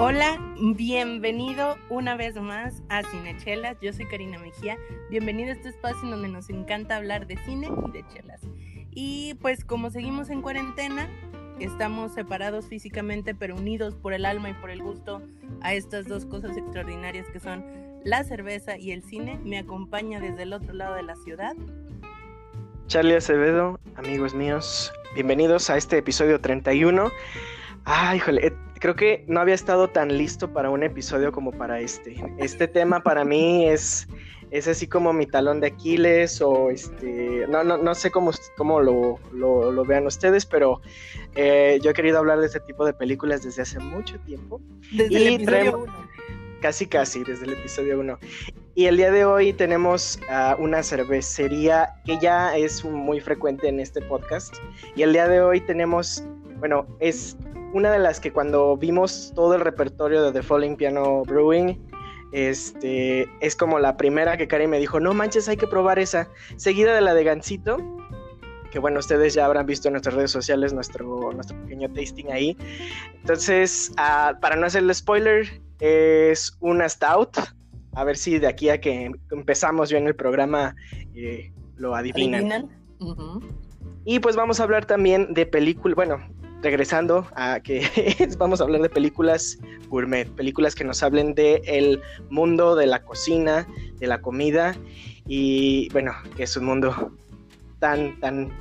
Hola, bienvenido una vez más a Cinechelas. Yo soy Karina Mejía. Bienvenido a este espacio en donde nos encanta hablar de cine y de chelas. Y pues como seguimos en cuarentena, estamos separados físicamente pero unidos por el alma y por el gusto a estas dos cosas extraordinarias que son la cerveza y el cine. Me acompaña desde el otro lado de la ciudad Charlie Acevedo, amigos míos, bienvenidos a este episodio 31. Híjole, creo que no había estado tan listo para un episodio como para este. Este tema para mí es así como mi talón de Aquiles o no sé cómo lo vean ustedes, pero yo he querido hablar de este tipo de películas desde hace mucho tiempo. desde el episodio 1. Casi, desde el episodio 1. Y el día de hoy tenemos una cervecería que ya es muy frecuente en este podcast. Y el día de hoy tenemos, es una de las que cuando vimos todo el repertorio de The Falling Piano Brewing, es como la primera que Karen me dijo, no manches, hay que probar esa. Seguida de la de Gansito, que bueno, ustedes ya habrán visto en nuestras redes sociales nuestro pequeño tasting ahí. Entonces, para no hacerle spoiler, es una stout. A ver si de aquí a que empezamos bien el programa lo adivinan. Uh-huh. Y pues vamos a hablar también de películas, regresando a que vamos a hablar de películas gourmet, películas que nos hablen del mundo de la cocina, de la comida, y bueno, que es un mundo tan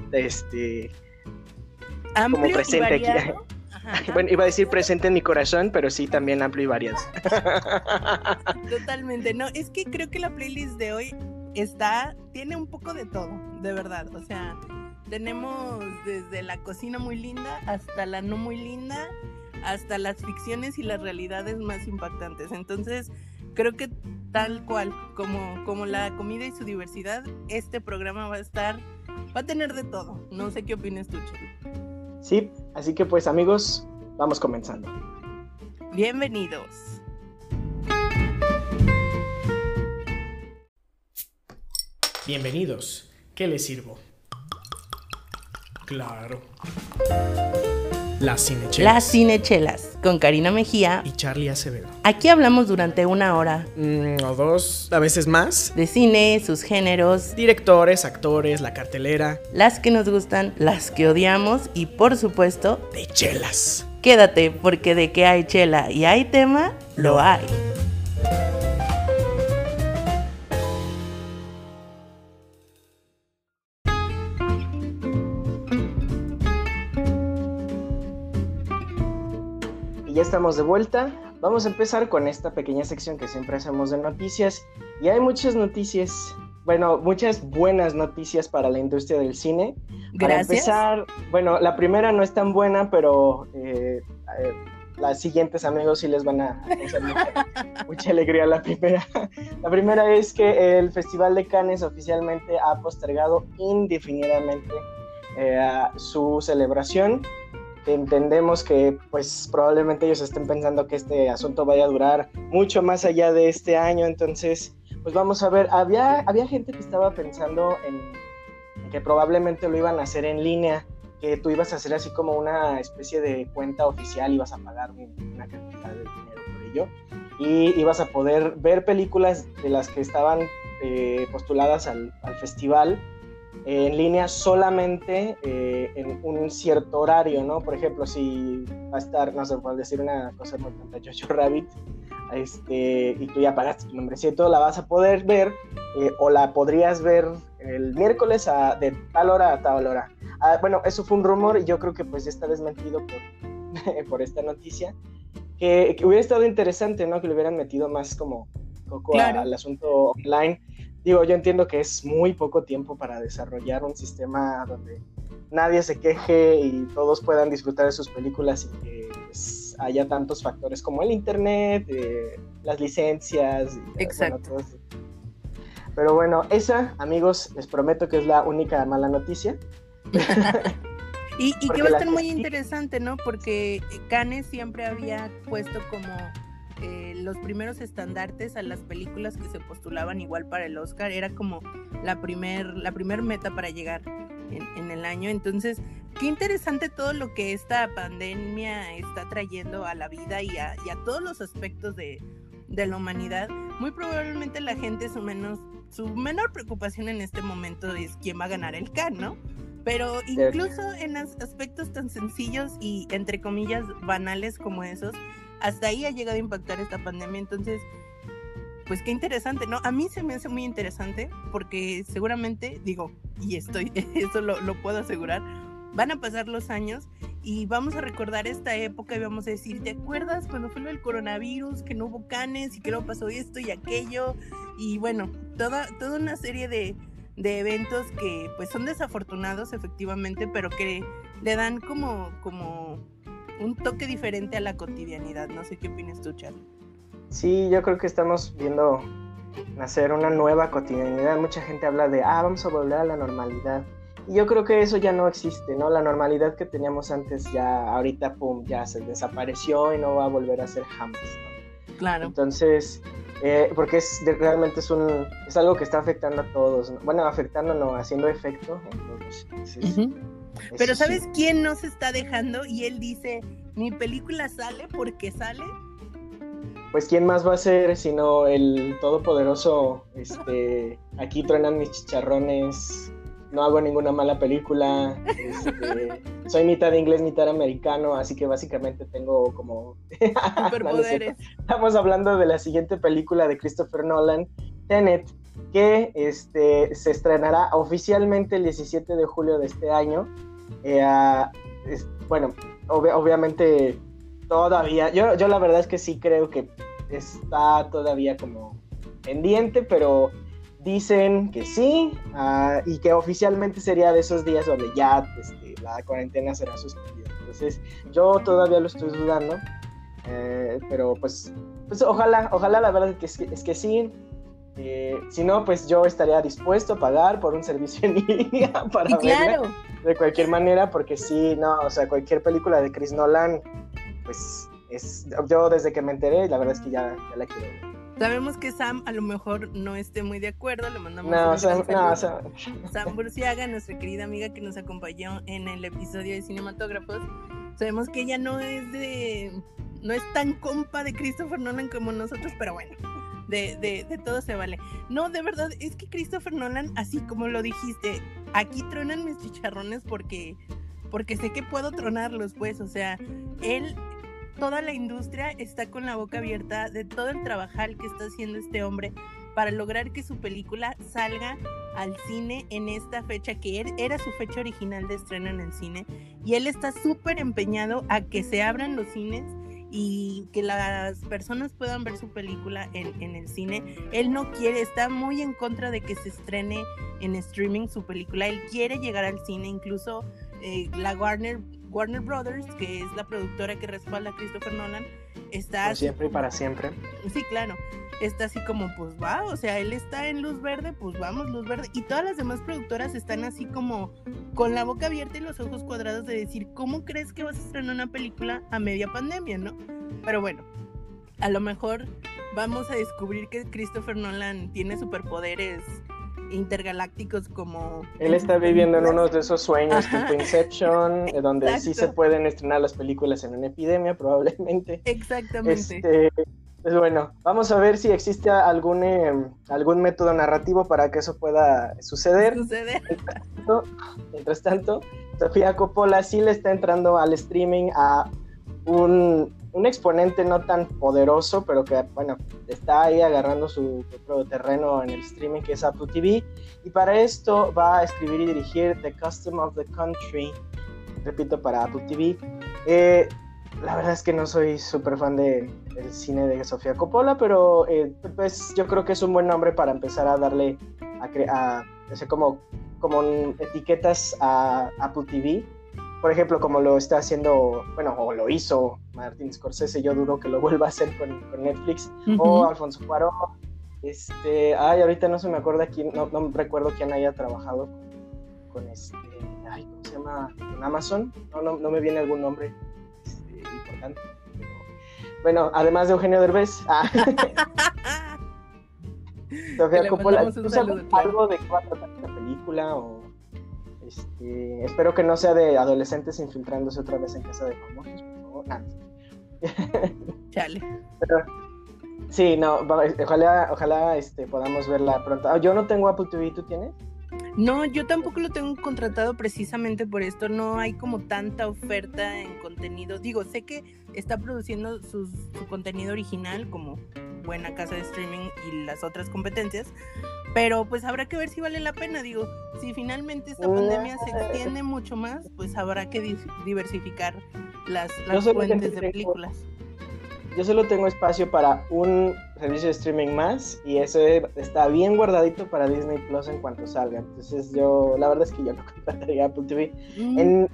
amplio como presente y aquí. Ajá. Bueno, iba a decir presente en mi corazón, pero sí también amplio y variado. Totalmente, no, es que creo que la playlist de hoy tiene un poco de todo, de verdad, o sea, tenemos desde la cocina muy linda hasta la no muy linda, hasta las ficciones y las realidades más impactantes. Entonces, creo que tal cual, como la comida y su diversidad, este programa va a tener de todo. No sé qué opinas tú, Chelo. Sí, así que pues amigos, vamos comenzando. Bienvenidos. Bienvenidos. ¿Qué les sirvo? Claro. Las Cinechelas, con Karina Mejía y Charlie Acevedo. Aquí hablamos durante 1 hora. O 2, a veces más. De cine, sus géneros, directores, actores, la cartelera. Las que nos gustan, las que odiamos y por supuesto, de chelas. Quédate, porque de que hay chela y hay tema, lo hay. Y ya estamos de vuelta. Vamos a empezar con esta pequeña sección que siempre hacemos de noticias. Y hay muchas noticias, muchas buenas noticias para la industria del cine. Gracias. Para empezar, la primera no es tan buena, pero las siguientes, amigos, sí les van a causar mucha alegría la primera. La primera es que el Festival de Cannes oficialmente ha postergado indefinidamente su celebración. Entendemos que pues probablemente ellos estén pensando que este asunto vaya a durar mucho más allá de este año, entonces pues vamos a ver. Había gente que estaba pensando en que probablemente lo iban a hacer en línea, que tú ibas a hacer así como una especie de cuenta oficial, ibas a pagar una cantidad de dinero por ello y ibas a poder ver películas de las que estaban postuladas al festival en línea solamente en un cierto horario, ¿no? Por ejemplo, si va a estar, no sé, por decir una cosa muy tonta, Jojo Rabbit, y tú ya pagaste tu membresía, la vas a poder ver, o la podrías ver el miércoles de tal hora a tal hora. Eso fue un rumor y yo creo que pues ya está desmentido por esta noticia, que hubiera estado interesante, ¿no? Que le hubieran metido más como poco al asunto online. Digo, yo entiendo que es muy poco tiempo para desarrollar un sistema donde nadie se queje y todos puedan disfrutar de sus películas y que pues, haya tantos factores como el internet, las licencias. Exacto. Todo eso. Pero bueno, esa, amigos, les prometo que es la única mala noticia. y que va a estar muy interesante, ¿no? Porque Cannes siempre había puesto como los primeros estandartes a las películas que se postulaban igual para el Oscar. Era como la primer meta para llegar en el año. Entonces, qué interesante todo lo que esta pandemia está trayendo a la vida y a todos los aspectos de la humanidad. Muy probablemente la gente su menor preocupación en este momento es quién va a ganar el Cannes, ¿no? Pero incluso en aspectos tan sencillos y entre comillas banales como esos, hasta ahí ha llegado a impactar esta pandemia. Entonces, pues qué interesante, ¿no? A mí se me hace muy interesante porque seguramente, eso lo puedo asegurar, van a pasar los años y vamos a recordar esta época y vamos a decir, ¿te acuerdas cuando fue lo del coronavirus, que no hubo Cannes y que luego pasó esto y aquello? Y bueno, toda una serie de eventos que pues son desafortunados efectivamente, pero que le dan como un toque diferente a la cotidianidad. No sé qué opinas tú, Charlie. Sí, yo creo que estamos viendo nacer una nueva cotidianidad. Mucha gente habla de, vamos a volver a la normalidad. Y yo creo que eso ya no existe, ¿no? La normalidad que teníamos antes ya, ahorita, pum, ya se desapareció y no va a volver a ser jamás, ¿no? Claro. Entonces, porque realmente es algo que está afectando a todos, ¿no? Bueno, afectando no, haciendo efecto en todos. Entonces, pero ¿sabes quién no se está dejando? Y él dice, mi película sale porque sale. Pues quién más va a ser sino el todopoderoso, aquí truenan mis chicharrones, no hago ninguna mala película, soy mitad inglés, mitad americano, así que básicamente tengo como superpoderes. Estamos hablando de la siguiente película de Christopher Nolan, Tenet, que se estrenará oficialmente el 17 de julio de este año. Bueno, obviamente todavía, yo la verdad es que sí creo que está todavía como pendiente, pero dicen que sí, y que oficialmente sería de esos días donde ya la cuarentena será suspendida. Entonces yo todavía lo estoy dudando, pero pues ojalá la verdad es que sí. Si no, pues yo estaría dispuesto a pagar por un servicio en línea para verla de cualquier manera, porque sí, no, o sea, cualquier película de Chris Nolan, pues yo desde que me enteré, la verdad es que ya la quiero ver. Sabemos que Sam a lo mejor no esté muy de acuerdo, le mandamos Sam Burciaga, nuestra querida amiga que nos acompañó en el episodio de Cinematógrafos. Sabemos que ella no es tan compa de Christopher Nolan como nosotros, pero bueno, de todo se vale. No, de verdad, es que Christopher Nolan, así como lo dijiste, aquí tronan mis chicharrones porque sé que puedo tronarlos, pues, o sea, toda la industria está con la boca abierta de todo el trabajal que está haciendo este hombre para lograr que su película salga al cine en esta fecha que era su fecha original de estreno en el cine, y él está súper empeñado a que se abran los cines y que las personas puedan ver su película en el cine. Él no quiere, está muy en contra de que se estrene en streaming su película. Él quiere llegar al cine, incluso la Warner Brothers, que es la productora que respalda a Christopher Nolan, está por siempre y para siempre. Sí, claro, está así como, pues va, o sea, él está en luz verde, pues vamos, luz verde, y todas las demás productoras están así como con la boca abierta y los ojos cuadrados de decir, ¿cómo crees que vas a estrenar una película a media pandemia, no? Pero bueno, a lo mejor vamos a descubrir que Christopher Nolan tiene superpoderes intergalácticos como... Él está viviendo en uno de esos sueños tipo Inception, donde Exacto. Sí se pueden estrenar las películas en una epidemia, probablemente. Exactamente. Pues bueno, vamos a ver si existe algún método narrativo para que eso pueda suceder. Mientras tanto, Sofía Coppola sí le está entrando al streaming a un exponente no tan poderoso, pero que, bueno, está ahí agarrando su propio terreno en el streaming, que es Apple TV, y para esto va a escribir y dirigir The Custom of the Country, repito, para Apple TV. La verdad es que no soy súper fan del cine de Sofía Coppola, pero pues yo creo que es un buen nombre para empezar a darle o sea, como etiquetas a Apple TV. Por ejemplo, como lo está haciendo, bueno, o lo hizo Martin Scorsese, yo dudo que lo vuelva a hacer con Netflix, o Alfonso Cuarón. Ahorita no se me acuerda quién, no recuerdo quién haya trabajado con ¿cómo se llama? Con Amazon. No me viene algún nombre importante. Pero, bueno, además de Eugenio Derbez. Sofía Coppola, ¿tú sabes algo de cuál trata la película o Espero que no sea de adolescentes infiltrándose otra vez en casa de famosos, por favor. Nada. Chale. Pero, sí, no, ojalá podamos verla pronto. Yo no tengo Apple TV, ¿tú tienes? No, yo tampoco lo tengo contratado precisamente por esto. No hay como tanta oferta en contenido. Digo, sé que está produciendo su contenido original como buena casa de streaming y las otras competencias, pero pues habrá que ver si vale la pena. Digo, si finalmente esta pandemia se extiende mucho más, pues habrá que diversificar las fuentes de películas. Yo solo tengo espacio para un servicio de streaming más y ese está bien guardadito para Disney Plus en cuanto salga. Entonces la verdad es que yo no contrataría Apple TV. En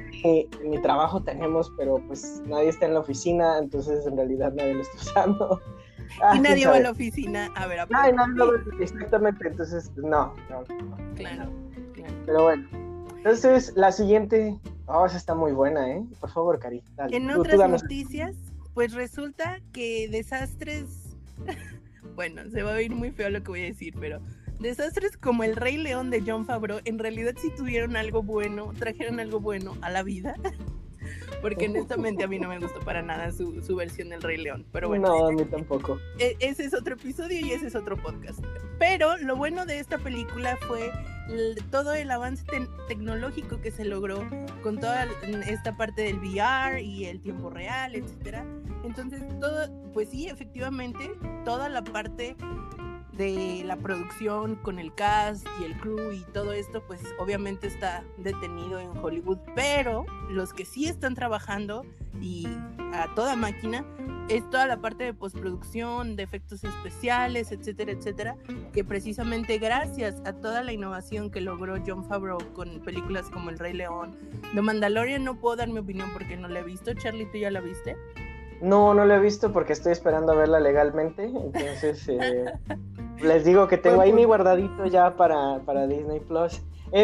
mi trabajo tenemos, pero pues nadie está en la oficina, entonces en realidad nadie lo está usando. Y nadie va a la oficina a ver Apple TV. Nadie lo ve, exactamente, entonces pues, no. Claro. Pero bueno, entonces la siguiente, esa está muy buena, por favor, Cari, dale. En otras noticias, pues resulta que desastres, bueno, se va a oír muy feo lo que voy a decir, pero desastres como El Rey León de Jon Favreau, en realidad sí tuvieron algo bueno, trajeron algo bueno a la vida, porque honestamente a mí no me gustó para nada su versión del Rey León, pero bueno. No, a mí tampoco. Ese es otro episodio y ese es otro podcast. Pero lo bueno de esta película fue todo el avance tecnológico que se logró con toda esta parte del VR y el tiempo real, etcétera. Entonces todo, pues sí, efectivamente, toda la parte de la producción con el cast y el crew y todo esto, pues obviamente está detenido en Hollywood, pero los que sí están trabajando y a toda máquina es toda la parte de postproducción, de efectos especiales, etcétera, etcétera, que precisamente gracias a toda la innovación que logró Jon Favreau con películas como El Rey León, The Mandalorian no puedo dar mi opinión porque no la he visto. Charlie, ¿tú ya la viste? No la he visto porque estoy esperando a verla legalmente, entonces les digo que tengo ahí mi guardadito ya para Disney Plus.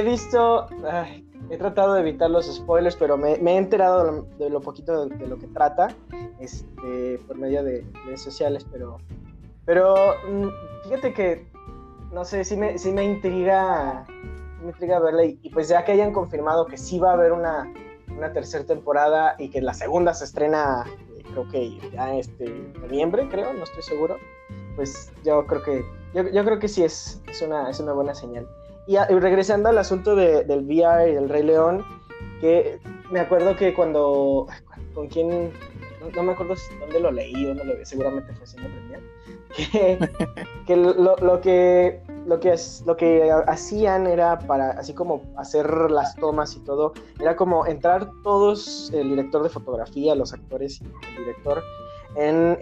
He tratado de evitar los spoilers, pero me he enterado de lo poquito de lo que trata, por medio de redes sociales, pero fíjate que, no sé, sí me intriga verla y pues ya que hayan confirmado que sí va a haber una tercera temporada y que la segunda se estrena, creo que ya noviembre, no estoy seguro, pues yo creo que sí es una buena señal. Y regresando al asunto del VR y del Rey León, que me acuerdo que con quién, no me acuerdo dónde lo leí, seguramente fue Cine Premier, que lo que hacían era para, así como hacer las tomas y todo, era como entrar todos, el director de fotografía, los actores y el director, en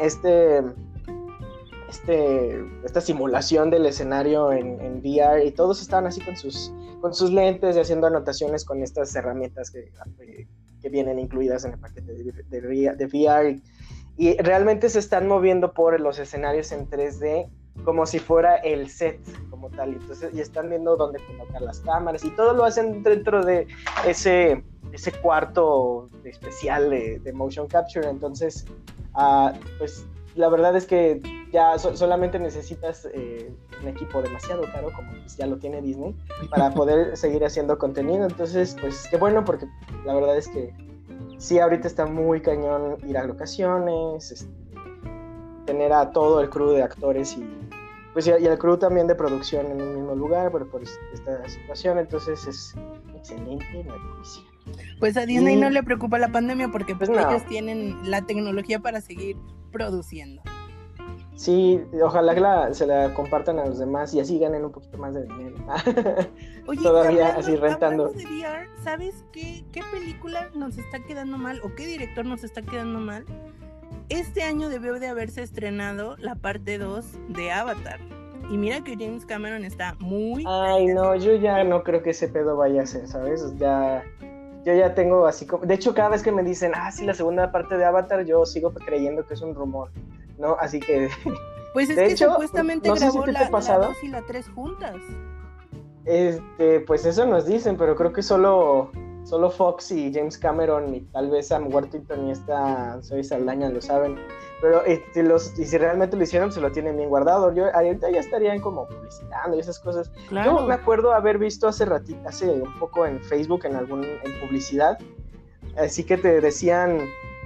esta simulación del escenario en VR, y todos estaban así con sus lentes y haciendo anotaciones con estas herramientas que vienen incluidas en el paquete de VR, y realmente se están moviendo por los escenarios en 3D como si fuera el set como tal, entonces y están viendo dónde colocar las cámaras y todo lo hacen dentro de ese cuarto especial de motion capture. Entonces pues la verdad es que ya solamente necesitas un equipo demasiado caro, como pues ya lo tiene Disney, para poder seguir haciendo contenido. Entonces, pues qué bueno, porque la verdad es que sí, ahorita está muy cañón ir a locaciones, tener a todo el crew de actores y el crew también de producción en un mismo lugar, pero por esta situación. Entonces es excelente noticia. Pues a Disney no le preocupa la pandemia porque pues ellos tienen la tecnología para seguir produciendo. Sí, ojalá se la compartan a los demás y así ganen un poquito más de dinero. Oye, todavía así rentando. De VR, ¿sabes qué película nos está quedando mal o qué director nos está quedando mal? Este año debió de haberse estrenado la parte 2 de Avatar. Y mira que James Cameron está muy... Ay, no, yo ya no creo que ese pedo vaya a ser, ¿sabes? Yo ya tengo así como... De hecho, cada vez que me dicen, sí, la segunda parte de Avatar, yo sigo creyendo que es un rumor, ¿no? Así que... Pues es que supuestamente grabó la 2 y la 3 juntas. Pues eso nos dicen, pero creo que solo solo Fox y James Cameron y tal vez Sam Worthington y esta Zoe Saldaña lo saben, pero y si realmente lo hicieron, se lo tienen bien guardado. Yo ahorita ya estarían como publicitando y esas cosas. Claro. Yo me acuerdo haber visto hace un poco en Facebook, en publicidad, así que te decían,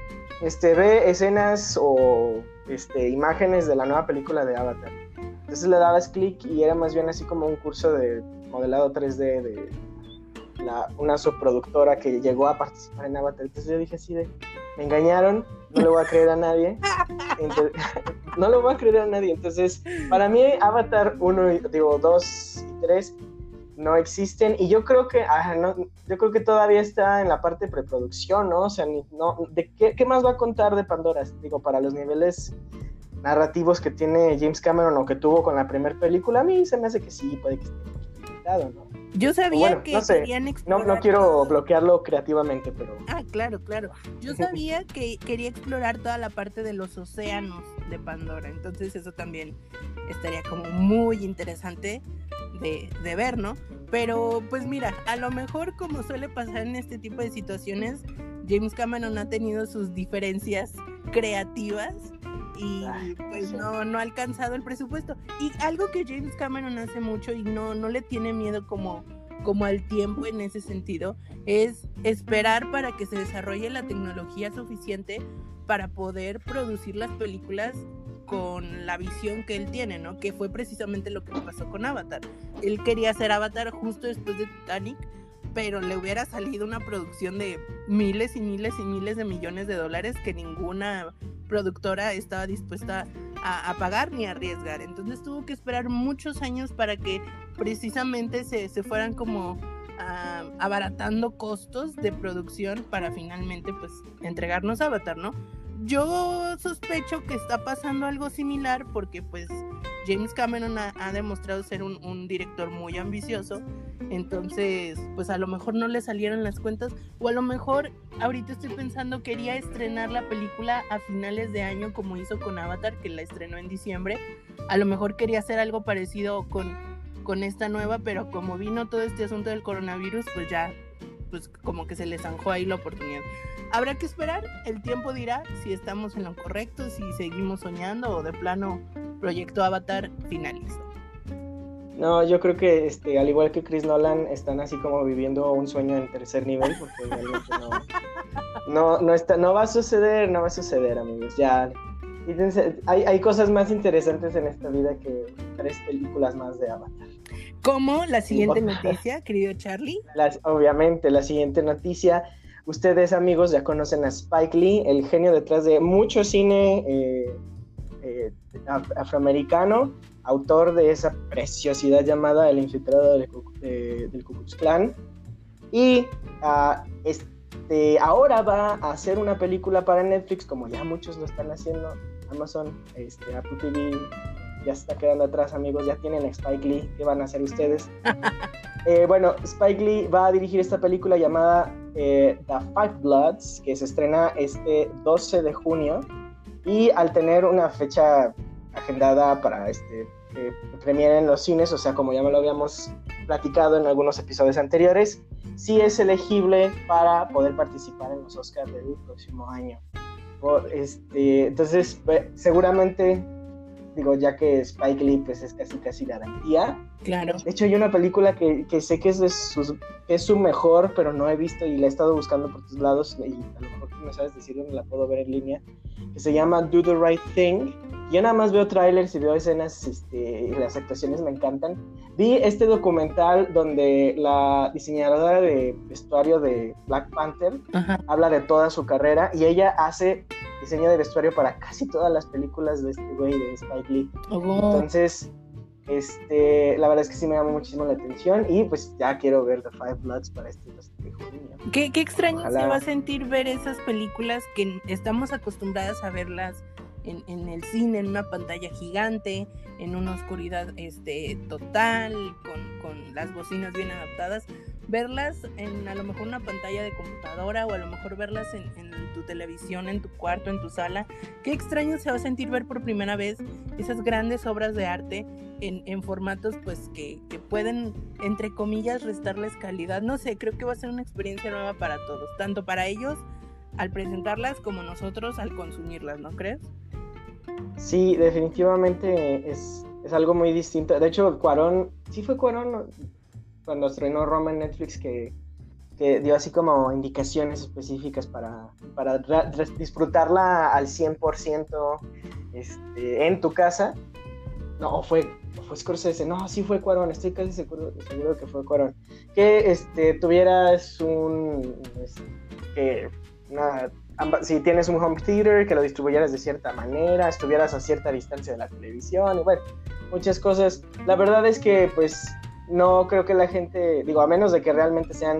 ve escenas o imágenes de la nueva película de Avatar. Entonces le dabas clic y era más bien así como un curso de modelado 3D de una subproductora que llegó a participar en Avatar. Entonces yo dije así me engañaron, no le voy a creer a nadie. No le voy a creer a nadie. Entonces, para mí Avatar 2 y 3 no existen, y yo creo que todavía está en la parte de preproducción, ¿no? O sea, ¿qué más va a contar de Pandora? Digo, para los niveles narrativos que tiene James Cameron o que tuvo con la primera película, a mí se me hace que sí, puede que esté limitado, ¿no? Yo sabía que no sé, querían explorar... No quiero bloquearlo creativamente, pero... Claro. Yo sabía que quería explorar toda la parte de los océanos de Pandora. Entonces eso también estaría como muy interesante de ver, ¿no? Pero pues mira, a lo mejor, como suele pasar en este tipo de situaciones, James Cameron ha tenido sus diferencias creativas y pues no ha alcanzado el presupuesto. Y algo que James Cameron hace mucho y no le tiene miedo como al tiempo en ese sentido, es esperar para que se desarrolle la tecnología suficiente para poder producir las películas con la visión que él tiene, ¿no? Que fue precisamente lo que pasó con Avatar. Él quería hacer Avatar justo después de Titanic, pero le hubiera salido una producción de miles y miles y miles de millones de dólares que ninguna productora estaba dispuesta a pagar ni a arriesgar. Entonces tuvo que esperar muchos años para que precisamente se fueran como abaratando costos de producción para finalmente pues entregarnos Avatar, ¿no? Yo sospecho que está pasando algo similar porque pues James Cameron ha demostrado ser un director muy ambicioso. Entonces pues a lo mejor no le salieron las cuentas, o a lo mejor ahorita estoy pensando quería estrenar la película a finales de año como hizo con Avatar, que la estrenó en diciembre. A lo mejor quería hacer algo parecido con esta nueva, pero como vino todo este asunto del coronavirus, pues ya pues como que se le zanjó ahí la oportunidad. Habrá que esperar, el tiempo dirá si estamos en lo correcto, si seguimos soñando o de plano proyecto Avatar finaliza. No, yo creo que al igual que Chris Nolan, están así como viviendo un sueño en tercer nivel, porque realmente no va a suceder, amigos. Ya, hay cosas más interesantes en esta vida que 3 películas más de Avatar. ¿Cómo? La siguiente noticia, querido Charlie. Obviamente, la siguiente noticia. Ustedes, amigos, ya conocen a Spike Lee, el genio detrás de mucho cine afroamericano, autor de esa preciosidad llamada El infiltrado del Ku Klux Klan. Y ahora va a hacer una película para Netflix, como ya muchos lo están haciendo. Amazon, Apple TV ya se está quedando atrás, amigos. Ya tienen a Spike Lee. ¿Qué van a hacer ustedes? Bueno, Spike Lee va a dirigir esta película llamada The Five Bloods, que se estrena 12 de junio, y al tener una fecha agendada para premiere en los cines, o sea, como ya me lo habíamos platicado en algunos episodios anteriores, sí es elegible para poder participar en los Oscars del próximo año. Entonces, seguramente, digo, ya que Spike Lee pues es casi garantía. Claro. De hecho, hay una película que sé que es su mejor, pero no he visto y la he estado buscando por todos lados, y a lo mejor tú me sabes decir dónde la puedo ver en línea, que se llama Do the Right Thing. Yo nada más veo trailers y veo escenas, y las actuaciones me encantan. Vi este documental donde la diseñadora de vestuario de Black Panther habla de toda su carrera, y ella hace diseño de vestuario para casi todas las películas de este güey, de Spike Lee. Entonces, la verdad es que sí me llama muchísimo la atención, y pues ya quiero ver The Five Bloods para este de junio. Qué extraño se va a sentir ver esas películas que estamos acostumbradas a verlas en el cine, en una pantalla gigante, en una oscuridad total, con las bocinas bien adaptadas, verlas en a lo mejor una pantalla de computadora, o a lo mejor verlas en tu televisión, en tu cuarto, en tu sala. Qué extraño se va a sentir ver por primera vez esas grandes obras de arte en formatos pues que pueden, entre comillas, restarles calidad. No sé, creo que va a ser una experiencia nueva para todos, tanto para ellos al presentarlas como nosotros al consumirlas, ¿no crees? Sí, definitivamente es algo muy distinto. De hecho, Cuarón, sí fue Cuarón, ¿no? Cuando estrenó Roma en Netflix, que dio así como indicaciones específicas para disfrutarla al 100% en tu casa. No, o fue Scorsese, no, sí fue Cuarón, estoy casi seguro que fue Cuarón. Que tuvieras si tienes un home theater, que lo distribuyeras de cierta manera, estuvieras a cierta distancia de la televisión, y bueno, muchas cosas. La verdad es que, pues, no creo que la gente, digo, a menos de que realmente sean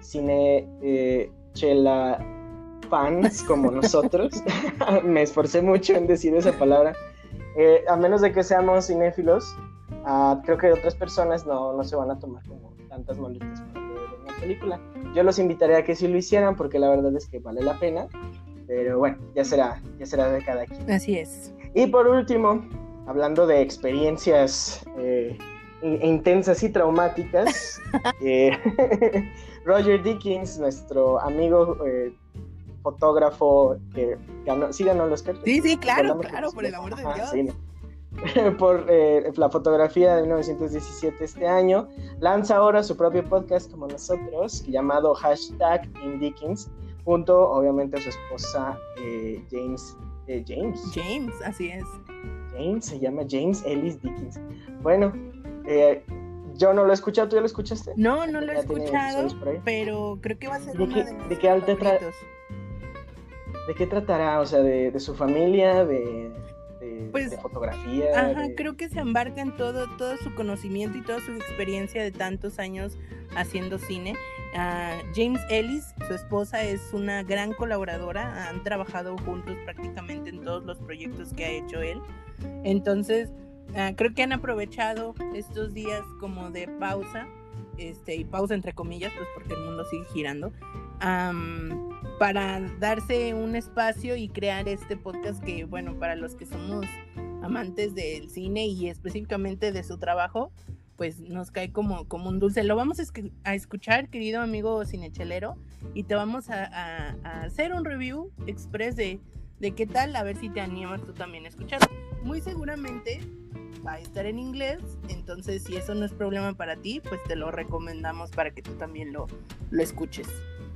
chela fans como nosotros, me esforcé mucho en decir esa palabra, a menos de que seamos cinéfilos, creo que otras personas no se van a tomar como tantas molestias para ver una película. Yo los invitaría a que sí lo hicieran, porque la verdad es que vale la pena, pero bueno, ya será de cada quien. Así es. Y por último, hablando de experiencias intensas y traumáticas, Roger Deakins, nuestro amigo fotógrafo que ganó el Oscar. Sí, claro, por el amor de Dios. Sí, por la fotografía de 1917 este año, lanza ahora su propio podcast como nosotros, llamado #InDeakins, junto obviamente a su esposa James, así es. James, se llama James Ellis Deakins. Bueno, yo no lo he escuchado, ¿tú ya lo escuchaste? No lo he escuchado, pero creo que va a ser uno de mis favoritos. ¿De qué tratará? O sea, de su familia, de fotografía. Ajá, creo que se embarca en todo su conocimiento y toda su experiencia de tantos años haciendo cine. James Ellis, su esposa, es una gran colaboradora, han trabajado juntos prácticamente en todos los proyectos que ha hecho él. Entonces, creo que han aprovechado estos días como de pausa, y pausa entre comillas, pues porque el mundo sigue girando, para darse un espacio y crear este podcast que, bueno, para los que somos amantes del cine y específicamente de su trabajo, pues nos cae como un dulce. Lo vamos a escuchar, querido amigo cinechelero, y te vamos a hacer un review express de qué tal, a ver si te animas tú también a escucharlo. Muy seguramente va a estar en inglés, entonces si eso no es problema para ti, pues te lo recomendamos para que tú también lo escuches.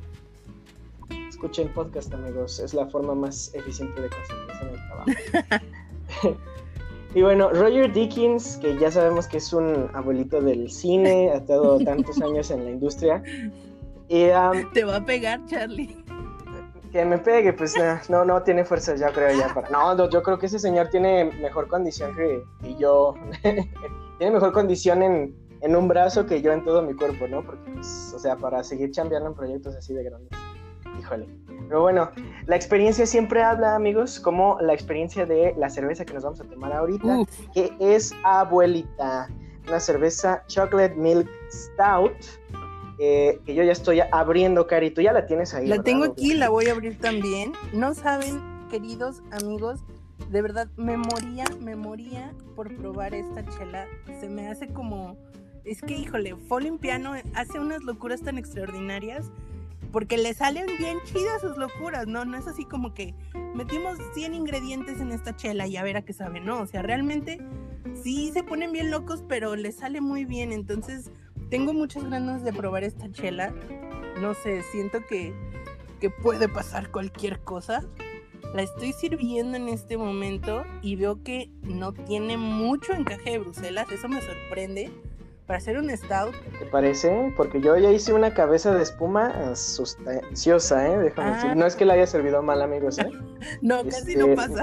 Escuchen podcast, amigos, es la forma más eficiente de concentrarse en el trabajo. Y bueno, Roger Deakins, que ya sabemos que es un abuelito del cine, ha estado tantos años en la industria. Y, te va a pegar, Charlie. Que me pegue, pues no tiene fuerza, ya creo ya para. No, yo creo que ese señor tiene mejor condición que yo. Tiene mejor condición en un brazo que yo en todo mi cuerpo, ¿no? Porque, pues, o sea, para seguir chambeando en proyectos así de grandes. Híjole. Pero bueno, la experiencia siempre habla, amigos, como la experiencia de la cerveza que nos vamos a tomar ahorita, que es Abuelita, una cerveza Chocolate Milk Stout, que yo ya estoy abriendo, Cari, tú ya la tienes ahí. La ¿verdad? Tengo aquí, la voy a abrir también. No saben, queridos amigos, de verdad me moría por probar esta chela. Se me hace como, es que híjole, Falling Piano hace unas locuras tan extraordinarias, porque le salen bien chidas sus locuras, ¿no? No es así como que metimos 100 ingredientes en esta chela y a ver a qué sabe, no, o sea, realmente sí se ponen bien locos, pero le sale muy bien. Entonces tengo muchas ganas de probar esta chela. No sé, siento que puede pasar cualquier cosa. La estoy sirviendo en este momento y veo que no tiene mucho encaje de Bruselas, eso me sorprende. Para hacer un stout. ¿Te parece? Porque yo ya hice una cabeza de espuma sustanciosa, déjame decir. No es que la haya servido mal, amigos, No, casi no pasa.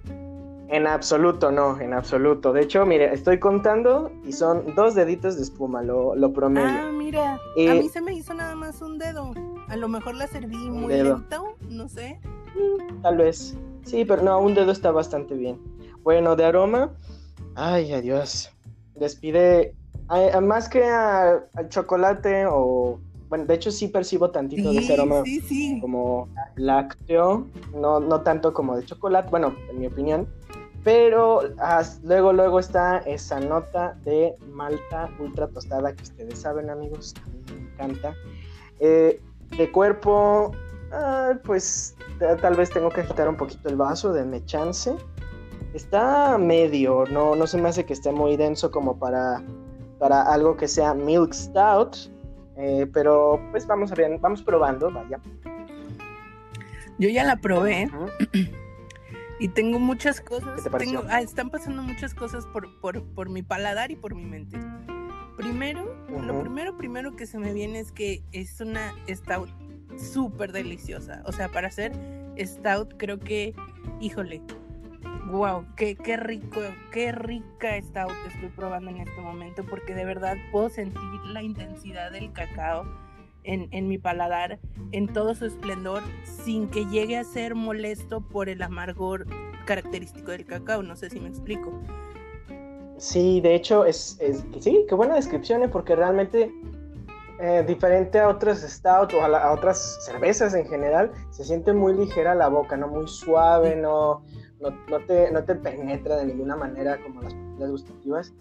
En absoluto, no, en absoluto. De hecho, mire, estoy contando y son 2 deditos de espuma, lo promedio. Mira, a mí se me hizo nada más un dedo. A lo mejor la serví muy lento, no sé. Tal vez. Sí, pero no, un dedo está bastante bien. Bueno, de aroma, ay, adiós. Despide... más que al chocolate o... Bueno, de hecho sí percibo tantito de ese aroma como lácteo, no tanto como de chocolate, bueno, en mi opinión. Pero luego está esa nota de malta ultra tostada que ustedes saben, amigos, a mí me encanta. De cuerpo, pues tal vez tengo que agitar un poquito el vaso, denme chance. Está medio, no se me hace que esté muy denso como para algo que sea milk stout, pero pues vamos probando, vaya. Yo ya la probé. Uh-huh. Y tengo muchas cosas. ¿Qué te pareció? Están pasando muchas cosas por mi paladar y por mi mente. Primero, lo primero que se me viene es que es una stout súper deliciosa. O sea, para hacer stout, creo que, híjole, wow, qué rico, qué rica stout estoy probando en este momento, porque de verdad puedo sentir la intensidad del cacao en mi paladar en todo su esplendor, sin que llegue a ser molesto por el amargor característico del cacao. No sé si me explico. Sí, de hecho sí, qué buena descripción, porque realmente diferente a otras stout o a otras cervezas en general, se siente muy ligera la boca, no muy suave, no te penetra de ninguna manera como las papilas gustativas.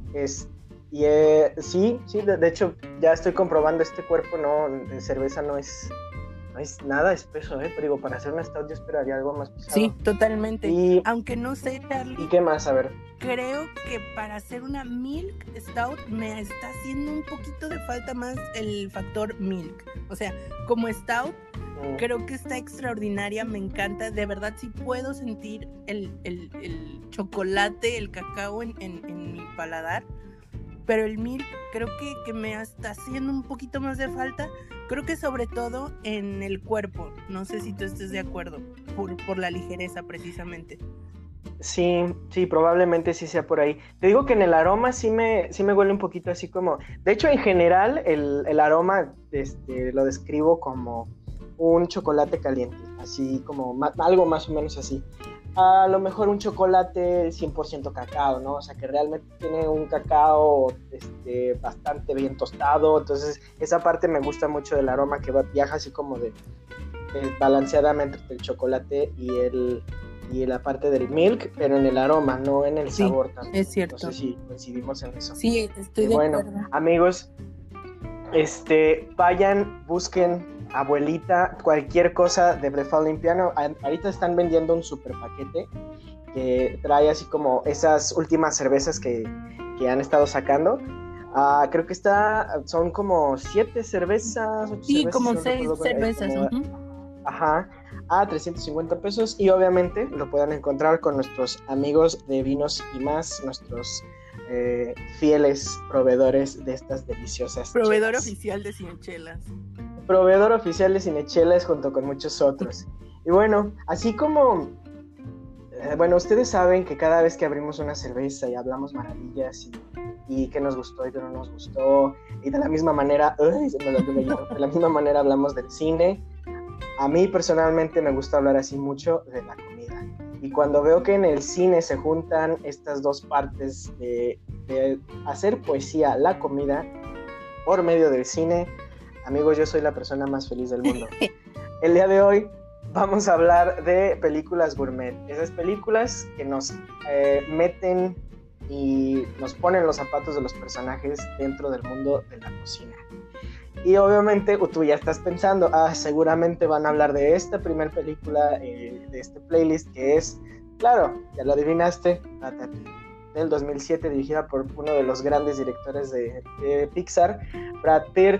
Sí, de hecho ya estoy comprobando este cuerpo, de cerveza no es nada espeso, pero digo, para hacer una stout yo esperaría algo más pesado. Sí, totalmente. Aunque no sé, Charlie. ¿Y qué más? A ver. Creo que para hacer una milk stout me está haciendo un poquito de falta más el factor milk. O sea, como stout, creo que está extraordinaria, me encanta. De verdad sí puedo sentir el chocolate, el cacao en mi paladar. Pero el milk creo que me está haciendo un poquito más de falta. Creo que sobre todo en el cuerpo. No sé si tú estés de acuerdo, por la ligereza precisamente. Sí, probablemente sí sea por ahí. Te digo que en el aroma sí me huele un poquito así como... De hecho, en general, el aroma lo describo como un chocolate caliente. Así como algo más o menos así. A lo mejor un chocolate 100% cacao, ¿no? O sea, que realmente tiene un cacao bastante bien tostado. Entonces, esa parte me gusta mucho del aroma, que viaja así como de balanceadamente entre el chocolate y la parte del milk, pero en el aroma, no en el sabor también. Es cierto. No sé si coincidimos en eso. Sí, estoy de acuerdo. Bueno, amigos, vayan, busquen abuelita, cualquier cosa de The Falling Piano. Ahorita están vendiendo un super paquete que trae así como esas últimas cervezas que han estado sacando. Creo que son como 7 cervezas, 8 sí, cervezas. Como 6 cervezas. Ajá, a 350 pesos, y obviamente lo pueden encontrar con nuestros amigos de Vinos y Más, nuestros fieles proveedores de estas deliciosas Proveedor chelas. Oficial de Cinechelas. Proveedor oficial de Cinechelas junto con muchos otros. Y bueno, así como ustedes saben que cada vez que abrimos una cerveza y hablamos maravillas y qué nos gustó y qué no nos gustó, y de la misma manera hablamos del cine. A mí personalmente me gusta hablar así mucho de la comida. Y cuando veo que en el cine se juntan estas dos partes de hacer poesía, la comida, por medio del cine, amigos, yo soy la persona más feliz del mundo. El día de hoy vamos a hablar de películas gourmet. Esas películas que nos meten y nos ponen los zapatos de los personajes dentro del mundo de la cocina. Y obviamente tú ya estás pensando, seguramente van a hablar de esta primera película de este playlist, que es, claro, ya lo adivinaste, del 2007, dirigida por uno de los grandes directores de Pixar, Brad Pitt,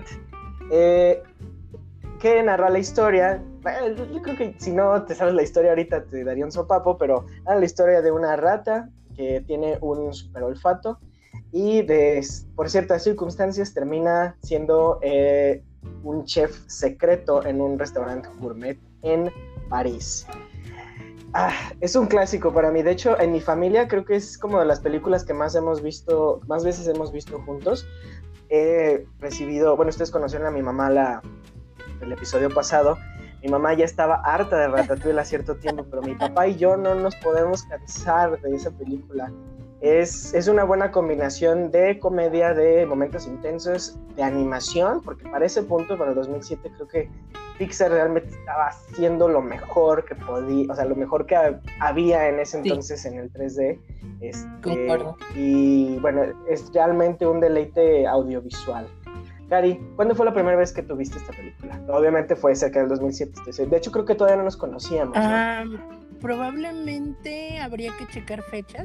que narra la historia. Yo creo que si no te sabes la historia ahorita te daría un sopapo, pero la historia de una rata que tiene un super olfato y por ciertas circunstancias termina siendo un chef secreto en un restaurante gourmet en París. Es un clásico para mí. De hecho, en mi familia creo que es como de las películas que más veces hemos visto juntos. He recibido, ustedes conocieron a mi mamá el episodio pasado. Mi mamá ya estaba harta de Ratatouille a cierto tiempo, pero mi papá y yo no nos podemos cansar de esa película. Es una buena combinación de comedia, de momentos intensos, de animación, porque para ese punto, para el 2007, creo que Pixar realmente estaba haciendo lo mejor que podía, o sea, lo mejor que había en ese entonces en el 3D. Concuerdo. Y bueno, es realmente un deleite audiovisual. Cari, ¿cuándo fue la primera vez que tuviste esta película? Obviamente fue cerca del 2007. De hecho, creo que todavía no nos conocíamos, ¿no? Probablemente habría que checar fechas.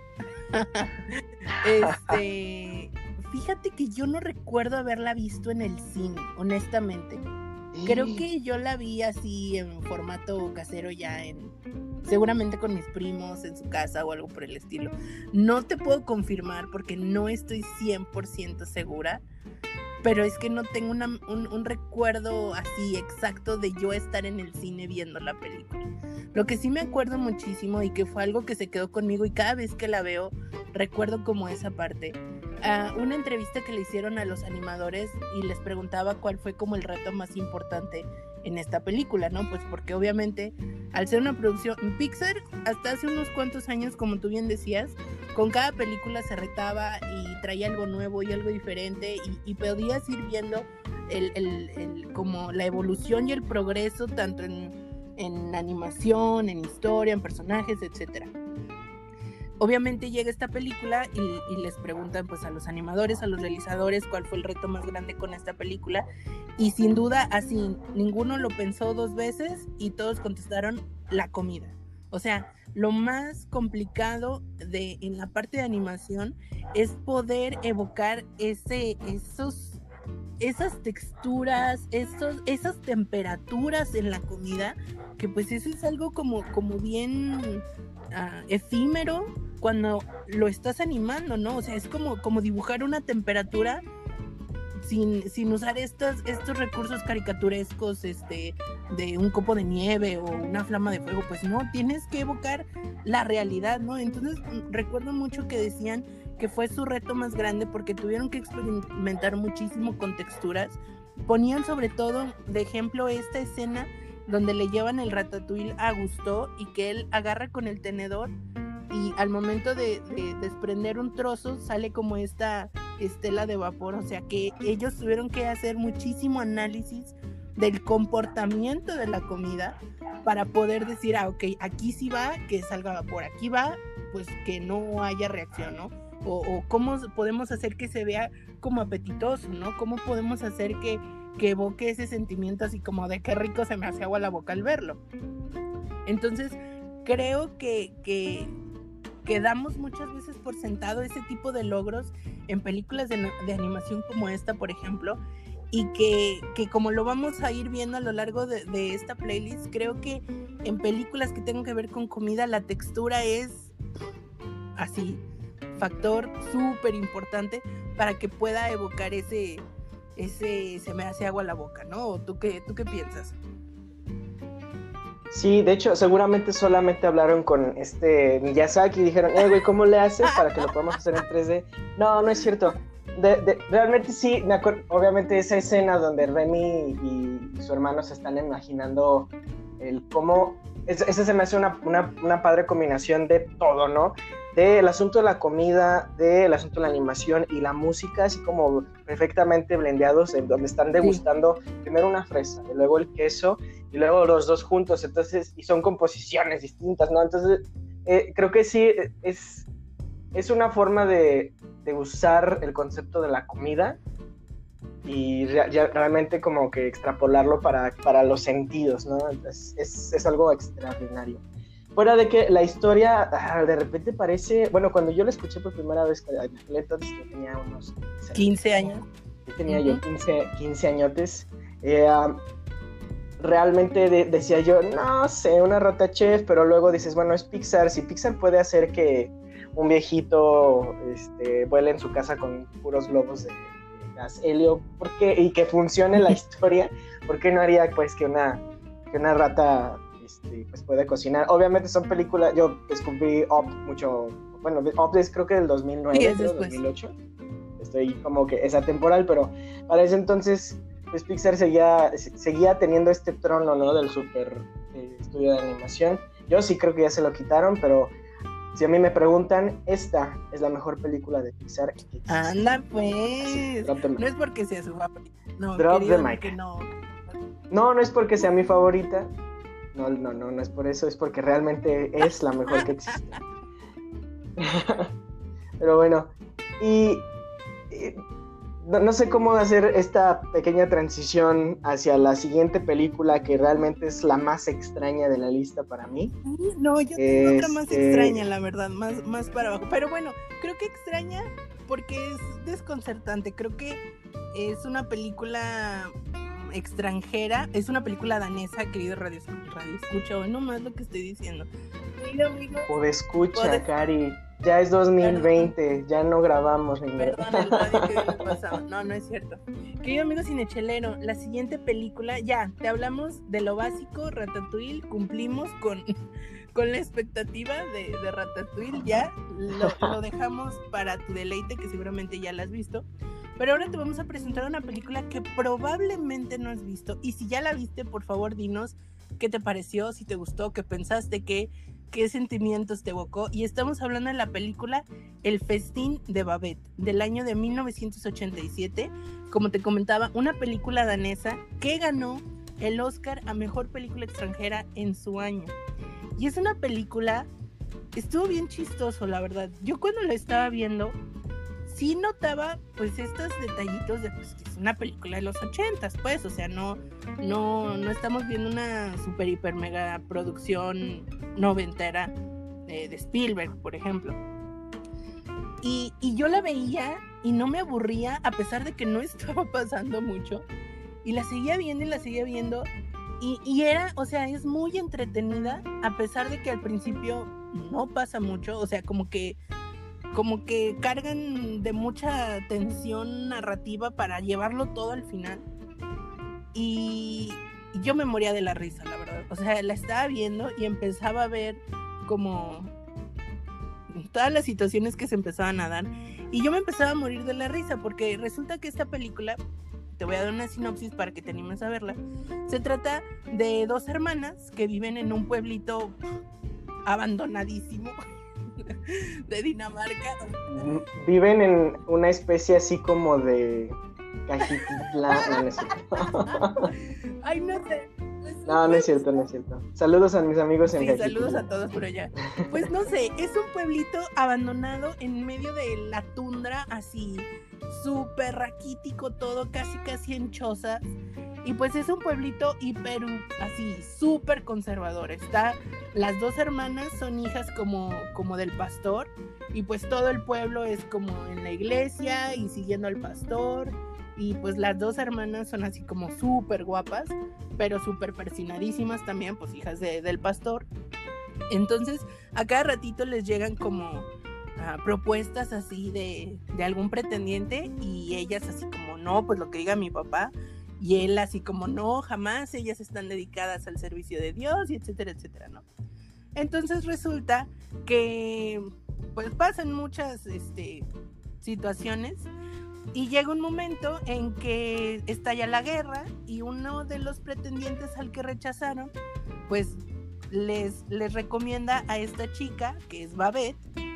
Fíjate que yo no recuerdo haberla visto en el cine, honestamente. Creo que yo la vi así en formato casero ya seguramente con mis primos en su casa o algo por el estilo. No te puedo confirmar porque no estoy 100% segura, pero es que no tengo un recuerdo así exacto de yo estar en el cine viendo la película. Lo que sí me acuerdo muchísimo y que fue algo que se quedó conmigo y cada vez que la veo recuerdo como esa parte. Una entrevista que le hicieron a los animadores y les preguntaba cuál fue como el reto más importante en esta película, ¿no? Pues porque obviamente al ser una producción Pixar, hasta hace unos cuantos años, como tú bien decías, con cada película se retaba y traía algo nuevo y algo diferente y podías ir viendo como la evolución y el progreso tanto en animación, en historia, en personajes, etcétera. Obviamente llega esta película y les preguntan pues a los animadores, a los realizadores cuál fue el reto más grande con esta película y sin duda así ninguno lo pensó dos veces y todos contestaron la comida. O sea, lo más complicado en la parte de animación es poder evocar esas texturas, esas temperaturas en la comida, que pues eso es algo como bien efímero cuando lo estás animando, ¿no? O sea, es como dibujar una temperatura sin usar estos recursos caricaturescos de un copo de nieve o una flama de fuego. Pues no, tienes que evocar la realidad, ¿no? Entonces recuerdo mucho que decían que fue su reto más grande porque tuvieron que experimentar muchísimo con texturas. Ponían sobre todo de ejemplo esta escena donde le llevan el ratatouille a Gusteau y que él agarra con el tenedor y al momento de desprender un trozo sale como esta estela de vapor. O sea que ellos tuvieron que hacer muchísimo análisis del comportamiento de la comida para poder decir, ok, aquí sí va que salga vapor, aquí va pues que no haya reacción, ¿no? O cómo podemos hacer que se vea como apetitoso, ¿no? Cómo podemos hacer que evoque ese sentimiento así como de qué rico se me hace agua la boca al verlo. Entonces creo que damos muchas veces por sentado ese tipo de logros en películas de animación como esta, por ejemplo, y que como lo vamos a ir viendo a lo largo de esta playlist, creo que en películas que tengan que ver con comida la textura es así factor súper importante para que pueda evocar ese se me hace agua la boca, ¿no? ¿Tú qué piensas? Sí, de hecho, seguramente solamente hablaron con Miyazaki y dijeron, güey, ¿cómo le haces para que lo podamos hacer en 3D? No es cierto. Realmente sí, me acuerdo, obviamente esa escena donde Remy y su hermano se están imaginando el cómo... Esa se me hace una padre combinación de todo, ¿no? Del asunto de la comida, del asunto de la animación y la música, así como perfectamente blendeados, en donde están degustando primero una fresa, y luego el queso, y luego los dos juntos, entonces, y son composiciones distintas, ¿no? Entonces, creo que sí, es una forma de usar el concepto de la comida y realmente como que extrapolarlo para los sentidos, ¿no? Es algo extraordinario. Fuera de que la historia de repente parece... Bueno, cuando yo la escuché por primera vez, entonces yo tenía unos... 15 años. Yo tenía yo 15 añotes. Realmente decía yo, no sé, una rata chef, pero luego dices, bueno, es Pixar. Si Pixar puede hacer que un viejito vuele en su casa con puros globos de gas helio, y que funcione la historia, ¿por qué no haría pues que una rata... pues puede cocinar? Obviamente son películas, yo descubrí Up mucho, bueno, Up es creo que del 2009, sí, creo, 2008, estoy como que es atemporal, pero para ese entonces pues Pixar seguía teniendo este trono, ¿no? Del super estudio de animación. Yo sí creo que ya se lo quitaron, pero si a mí me preguntan, esta es la mejor película de Pixar que existe. Anda pues, sí, no es porque sea su favorita, no, drop the mic. Que no. No es porque sea mi favorita. No es por eso, es porque realmente es la mejor que existe. Pero bueno, y no sé cómo hacer esta pequeña transición hacia la siguiente película que realmente es la más extraña de la lista para mí. No, yo tengo otra más extraña, la verdad, más para abajo. Pero bueno, creo que extraña porque es desconcertante. Creo que es una película extranjera, es una película danesa, querido radio escucha, o no más lo que estoy diciendo. Querido amigo, Podescucha, Cari, ya es 2020, perdón. Ya no grabamos. Perdón, el radio que viene pasado. No es cierto. Querido amigo cinechelero, la siguiente película, ya, te hablamos de lo básico, Ratatouille, cumplimos con la expectativa de Ratatouille, ya, lo dejamos para tu deleite, que seguramente ya la has visto. Pero ahora te vamos a presentar una película que probablemente no has visto. Y si ya la viste, por favor, dinos qué te pareció, si te gustó, qué pensaste, qué sentimientos te evocó. Y estamos hablando de la película El festín de Babette, del año de 1987. Como te comentaba, una película danesa que ganó el Oscar a Mejor Película Extranjera en su año. Y es una película, estuvo bien chistoso, la verdad. Yo cuando la estaba viendo, sí notaba pues estos detallitos de pues que es una película de los 80s, pues, o sea, no estamos viendo una super hiper mega producción noventera de Spielberg, por ejemplo. Y yo la veía y no me aburría, a pesar de que no estaba pasando mucho, y la seguía viendo y era, o sea, es muy entretenida, a pesar de que al principio no pasa mucho, o sea, como que cargan de mucha tensión narrativa para llevarlo todo al final. Y yo me moría de la risa, la verdad. O sea, la estaba viendo y empezaba a ver como todas las situaciones que se empezaban a dar. Y yo me empezaba a morir de la risa porque resulta que esta película, te voy a dar una sinopsis para que te animes a verla. Se trata de dos hermanas que viven en un pueblito abandonadísimo de Dinamarca. Viven en una especie así como de Cajititlán. Ay, no sé. No es cierto. Saludos a mis amigos en Cajititlán. Saludos a todos por allá. Pues no sé, es un pueblito abandonado en medio de la tundra, así súper raquítico todo, casi en chozas. Y pues es un pueblito hiper, así, súper conservador. Las dos hermanas son hijas como del pastor. Y pues todo el pueblo es como en la iglesia y siguiendo al pastor. Y pues las dos hermanas son así como súper guapas, pero súper persinadísimas también, pues hijas del pastor. Entonces a cada ratito les llegan como propuestas así de algún pretendiente. Y ellas así como, no, pues lo que diga mi papá. Y él así como, no, jamás, ellas están dedicadas al servicio de Dios, y etcétera, etcétera, ¿no? Entonces resulta que pues pasan muchas situaciones y llega un momento en que estalla la guerra y uno de los pretendientes al que rechazaron pues les recomienda a esta chica, que es Babette,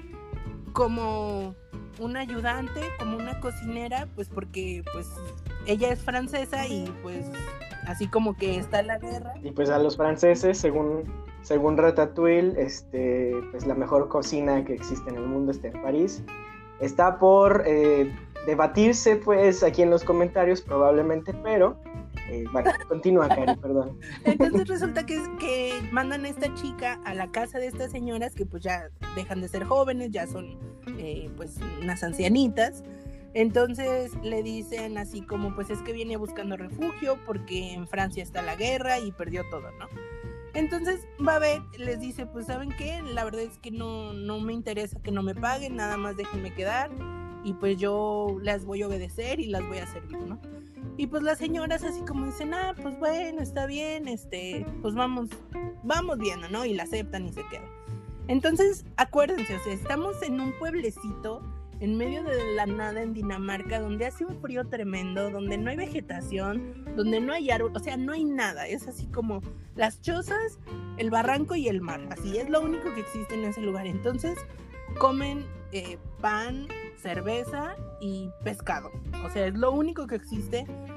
como una ayudante, como una cocinera, pues porque pues ella es francesa y pues así como que está la guerra. Y pues a los franceses, según Ratatouille, pues la mejor cocina que existe en el mundo está en París. Está por debatirse pues aquí en los comentarios probablemente, pero bueno, continúa, Cari, perdón. Entonces resulta que mandan a esta chica a la casa de estas señoras que pues ya dejan de ser jóvenes, ya son pues unas ancianitas. Entonces le dicen así como, pues es que viene buscando refugio porque en Francia está la guerra y perdió todo, ¿no? Entonces Babette les dice, pues ¿saben qué? La verdad es que no me interesa que no me paguen, nada más déjenme quedar y pues yo las voy a obedecer y las voy a servir, ¿no? Y pues las señoras así como dicen, pues bueno, está bien, pues vamos viendo, ¿no? Y la aceptan y se quedan. Entonces, acuérdense, o sea, estamos en un pueblecito en medio de la nada en Dinamarca, donde hace un frío tremendo, donde no hay vegetación, donde no hay árbol, o sea, no hay nada, es así como las chozas, el barranco y el mar, así es lo único que existe en ese lugar. Entonces comen pan, cerveza y pescado, o sea, es lo único que existe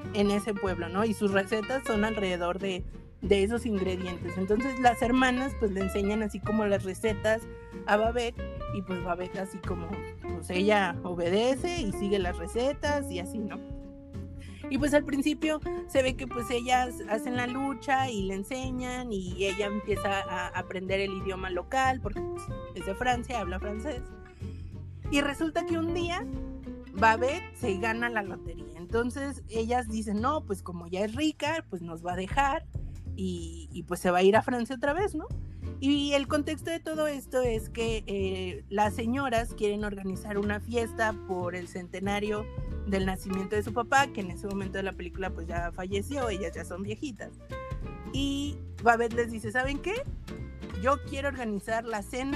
en ese pueblo, ¿no? Y sus recetas son alrededor de esos ingredientes. Entonces las hermanas pues le enseñan así como las recetas a Babette, y pues Babette así como, pues ella obedece y sigue las recetas y así, ¿no? Y pues al principio se ve que pues ellas hacen la lucha y le enseñan, y ella empieza a aprender el idioma local porque pues, es de Francia, habla francés. Y resulta que un día Babette se gana la lotería. Entonces ellas dicen, no, pues como ya es rica, pues nos va a dejar y pues se va a ir a Francia otra vez, ¿no? Y el contexto de todo esto es que las señoras quieren organizar una fiesta por el centenario del nacimiento de su papá, que en ese momento de la película pues ya falleció, ellas ya son viejitas. Y Babette les dice, ¿saben qué? Yo quiero organizar la cena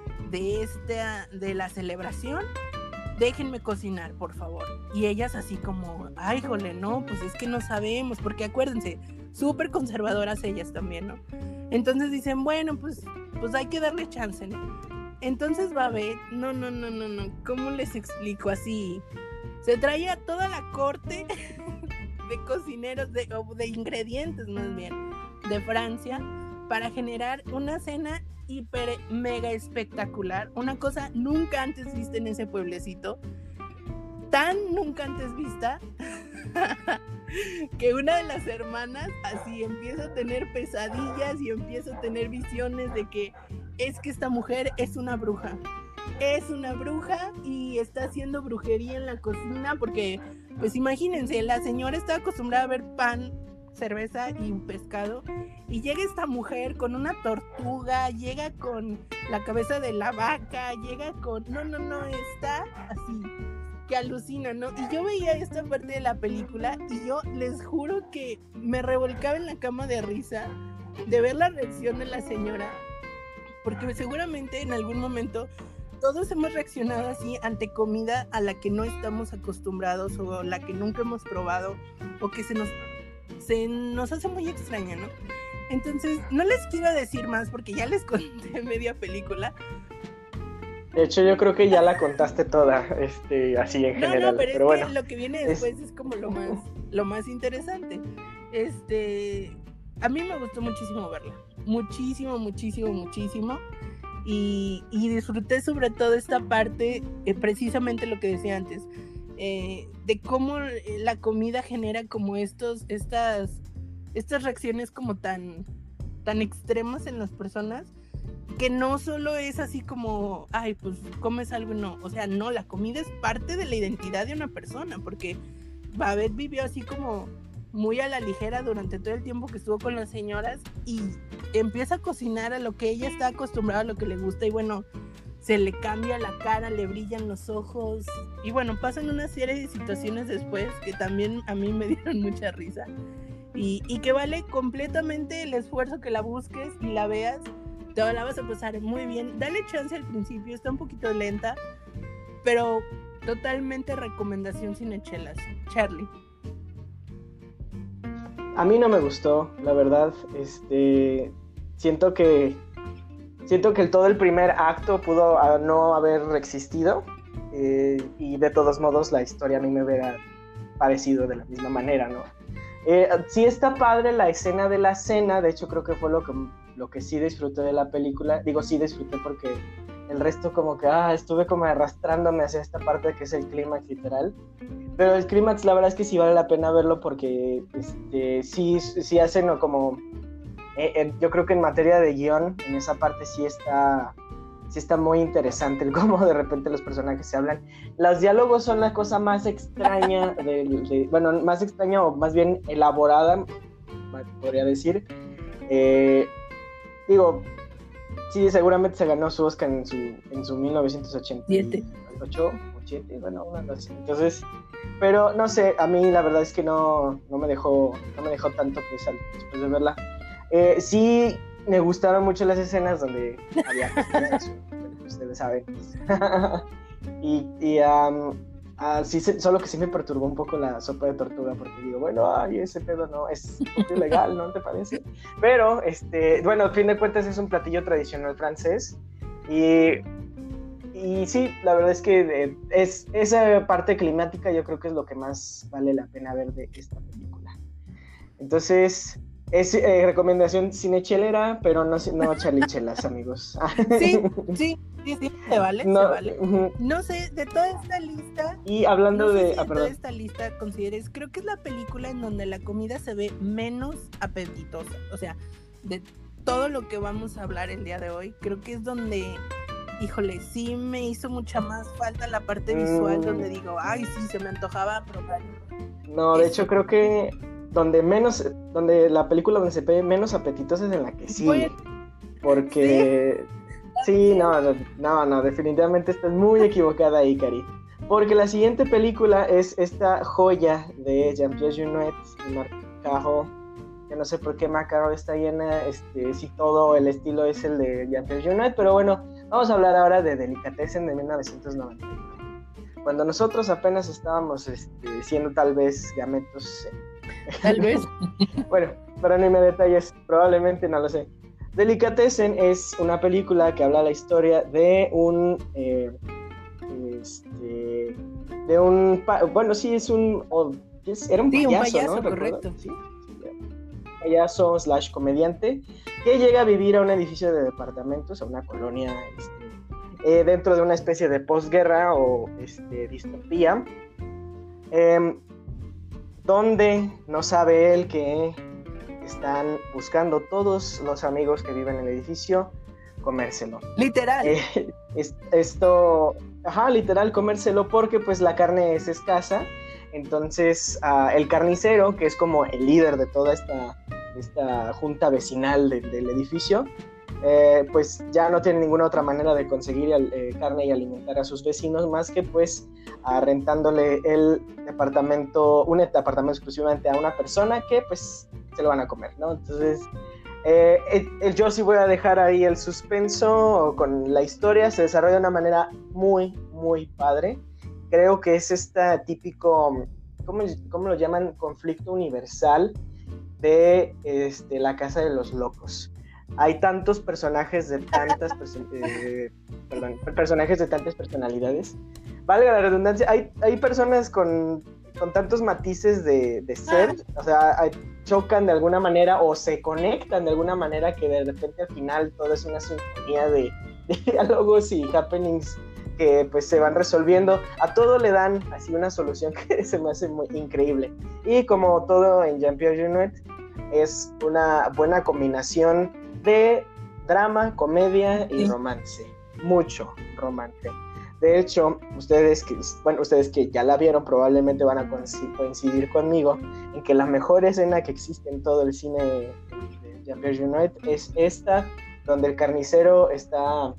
de la celebración, déjenme cocinar, por favor. Y ellas así como, ay, jole, no, pues es que no sabemos, porque acuérdense, súper conservadoras ellas también, ¿no? Entonces dicen, bueno, pues hay que darle chance, ¿no? Entonces Babette, no, ¿cómo les explico así? Se traía toda la corte de cocineros, de ingredientes más bien, de Francia, para generar una cena hiper mega espectacular, una cosa nunca antes vista en ese pueblecito, tan nunca antes vista, que una de las hermanas así empieza a tener pesadillas y empieza a tener visiones de que es que esta mujer es una bruja y está haciendo brujería en la cocina, porque pues imagínense, la señora está acostumbrada a ver pan, cerveza y un pescado, y llega esta mujer con una tortuga, llega con la cabeza de la vaca, llega con... No, está así, que alucina, ¿no? Y yo veía esta parte de la película y yo les juro que me revolcaba en la cama de risa de ver la reacción de la señora, porque seguramente en algún momento todos hemos reaccionado así ante comida a la que no estamos acostumbrados, o la que nunca hemos probado, o que se nos hace muy extraña, ¿no? Entonces, no les quiero decir más porque ya les conté media película. De hecho, yo creo que ya la contaste toda, así en general. No, pero es bueno, que lo que viene después es como lo más interesante. A mí me gustó muchísimo verla. Muchísimo. Y disfruté sobre todo esta parte, precisamente lo que decía antes, de cómo la comida genera como estas reacciones como tan extremas en las personas, que no solo es así como, ay, pues comes algo, no, o sea, no, la comida es parte de la identidad de una persona, porque Babette vivió así como muy a la ligera durante todo el tiempo que estuvo con las señoras, y empieza a cocinar a lo que ella está acostumbrada, a lo que le gusta, y bueno, se le cambia la cara, le brillan los ojos, y bueno, pasan una serie de situaciones después que también a mí me dieron mucha risa, y que vale completamente el esfuerzo que la busques y la veas, te la vas a pasar muy bien. Dale chance al principio, está un poquito lenta, pero totalmente recomendación sin echelas. Charlie. A mí no me gustó, la verdad. Siento que todo el primer acto pudo no haber existido, y de todos modos la historia a mí me hubiera parecido de la misma manera, ¿no? Sí está padre la escena de la cena, de hecho creo que fue lo que sí disfruté de la película. Digo sí disfruté porque el resto como que estuve como arrastrándome hacia esta parte que es el clímax literal, pero el clímax la verdad es que sí vale la pena verlo porque sí hacen como yo creo que en materia de guión en esa parte sí está muy interesante el cómo de repente los personajes se hablan. Los diálogos son la cosa más extraña bueno, más extraña o más bien elaborada, podría decir. Digo, sí, seguramente se ganó su Oscar en su 1988 o 7, bueno, una cosa. Entonces, pero no sé, a mí la verdad es que no me dejó tanto pues, después de verla. Sí, me gustaron mucho las escenas donde había ustedes saben. Sí, solo que sí me perturbó un poco la sopa de tortuga, porque digo, bueno, ese pedo no es un poco ilegal, ¿no te parece? Pero, bueno, a fin de cuentas es un platillo tradicional francés, y Y sí, la verdad es que esa parte climática yo creo que es lo que más vale la pena ver de esta película. Entonces, es recomendación cinechelera, pero no charlichelas, amigos. Sí, se vale, no, se vale. No sé, de toda esta lista... Y hablando no sé de... si toda esta lista consideres, creo que es la película en donde la comida se ve menos apetitosa. O sea, de todo lo que vamos a hablar el día de hoy, creo que es donde... Híjole, sí me hizo mucha más falta la parte visual donde digo, ay, sí, se me antojaba probar. No, de hecho creo que donde la película donde se ve menos apetitosa es en la que sigue. Porque sí, no, definitivamente estás muy equivocada ahí, Cari. Porque la siguiente película es esta joya de Jean-Pierre Jeunet y Marc Caro, que no sé por qué Macaro está llena, si todo el estilo es el de Jean-Pierre Jeunet, pero bueno, vamos a hablar ahora de Delicatessen de 1999. Cuando nosotros apenas estábamos siendo tal vez gametos. Tal vez. Bueno, para no irme a detalles, probablemente no lo sé. Delicatessen es una película que habla la historia de un era un payaso, ¿no? Correcto. ¿Sí? Payaso / comediante que llega a vivir a un edificio de departamentos, a una colonia dentro de una especie de posguerra o distopía, donde no sabe él que están buscando todos los amigos que viven en el edificio comérselo. Literal. Literal comérselo porque pues la carne es escasa. Entonces el carnicero, que es como el líder de toda esta junta vecinal del edificio, pues ya no tiene ninguna otra manera de conseguir carne y alimentar a sus vecinos más que pues rentándole un departamento exclusivamente a una persona que pues se lo van a comer, ¿no? Entonces yo sí voy a dejar ahí el suspenso con la historia. Se desarrolla de una manera muy, muy padre. Creo que es típico, ¿cómo lo llaman? Conflicto universal de la casa de los locos. Hay tantos personajes de tantas personalidades. Valga la redundancia, hay personas con tantos matices de ser, o sea, chocan de alguna manera o se conectan de alguna manera que de repente al final todo es una sinfonía de diálogos y happenings que pues se van resolviendo. A todo le dan así una solución que se me hace muy increíble. Y como todo en Jean-Pierre Jeunet, es una buena combinación de drama, comedia y romance. Mucho romance. De hecho, ustedes que ya la vieron probablemente van a coincidir conmigo en que la mejor escena que existe en todo el cine de Jean-Pierre Jeunet es esta, donde el carnicero está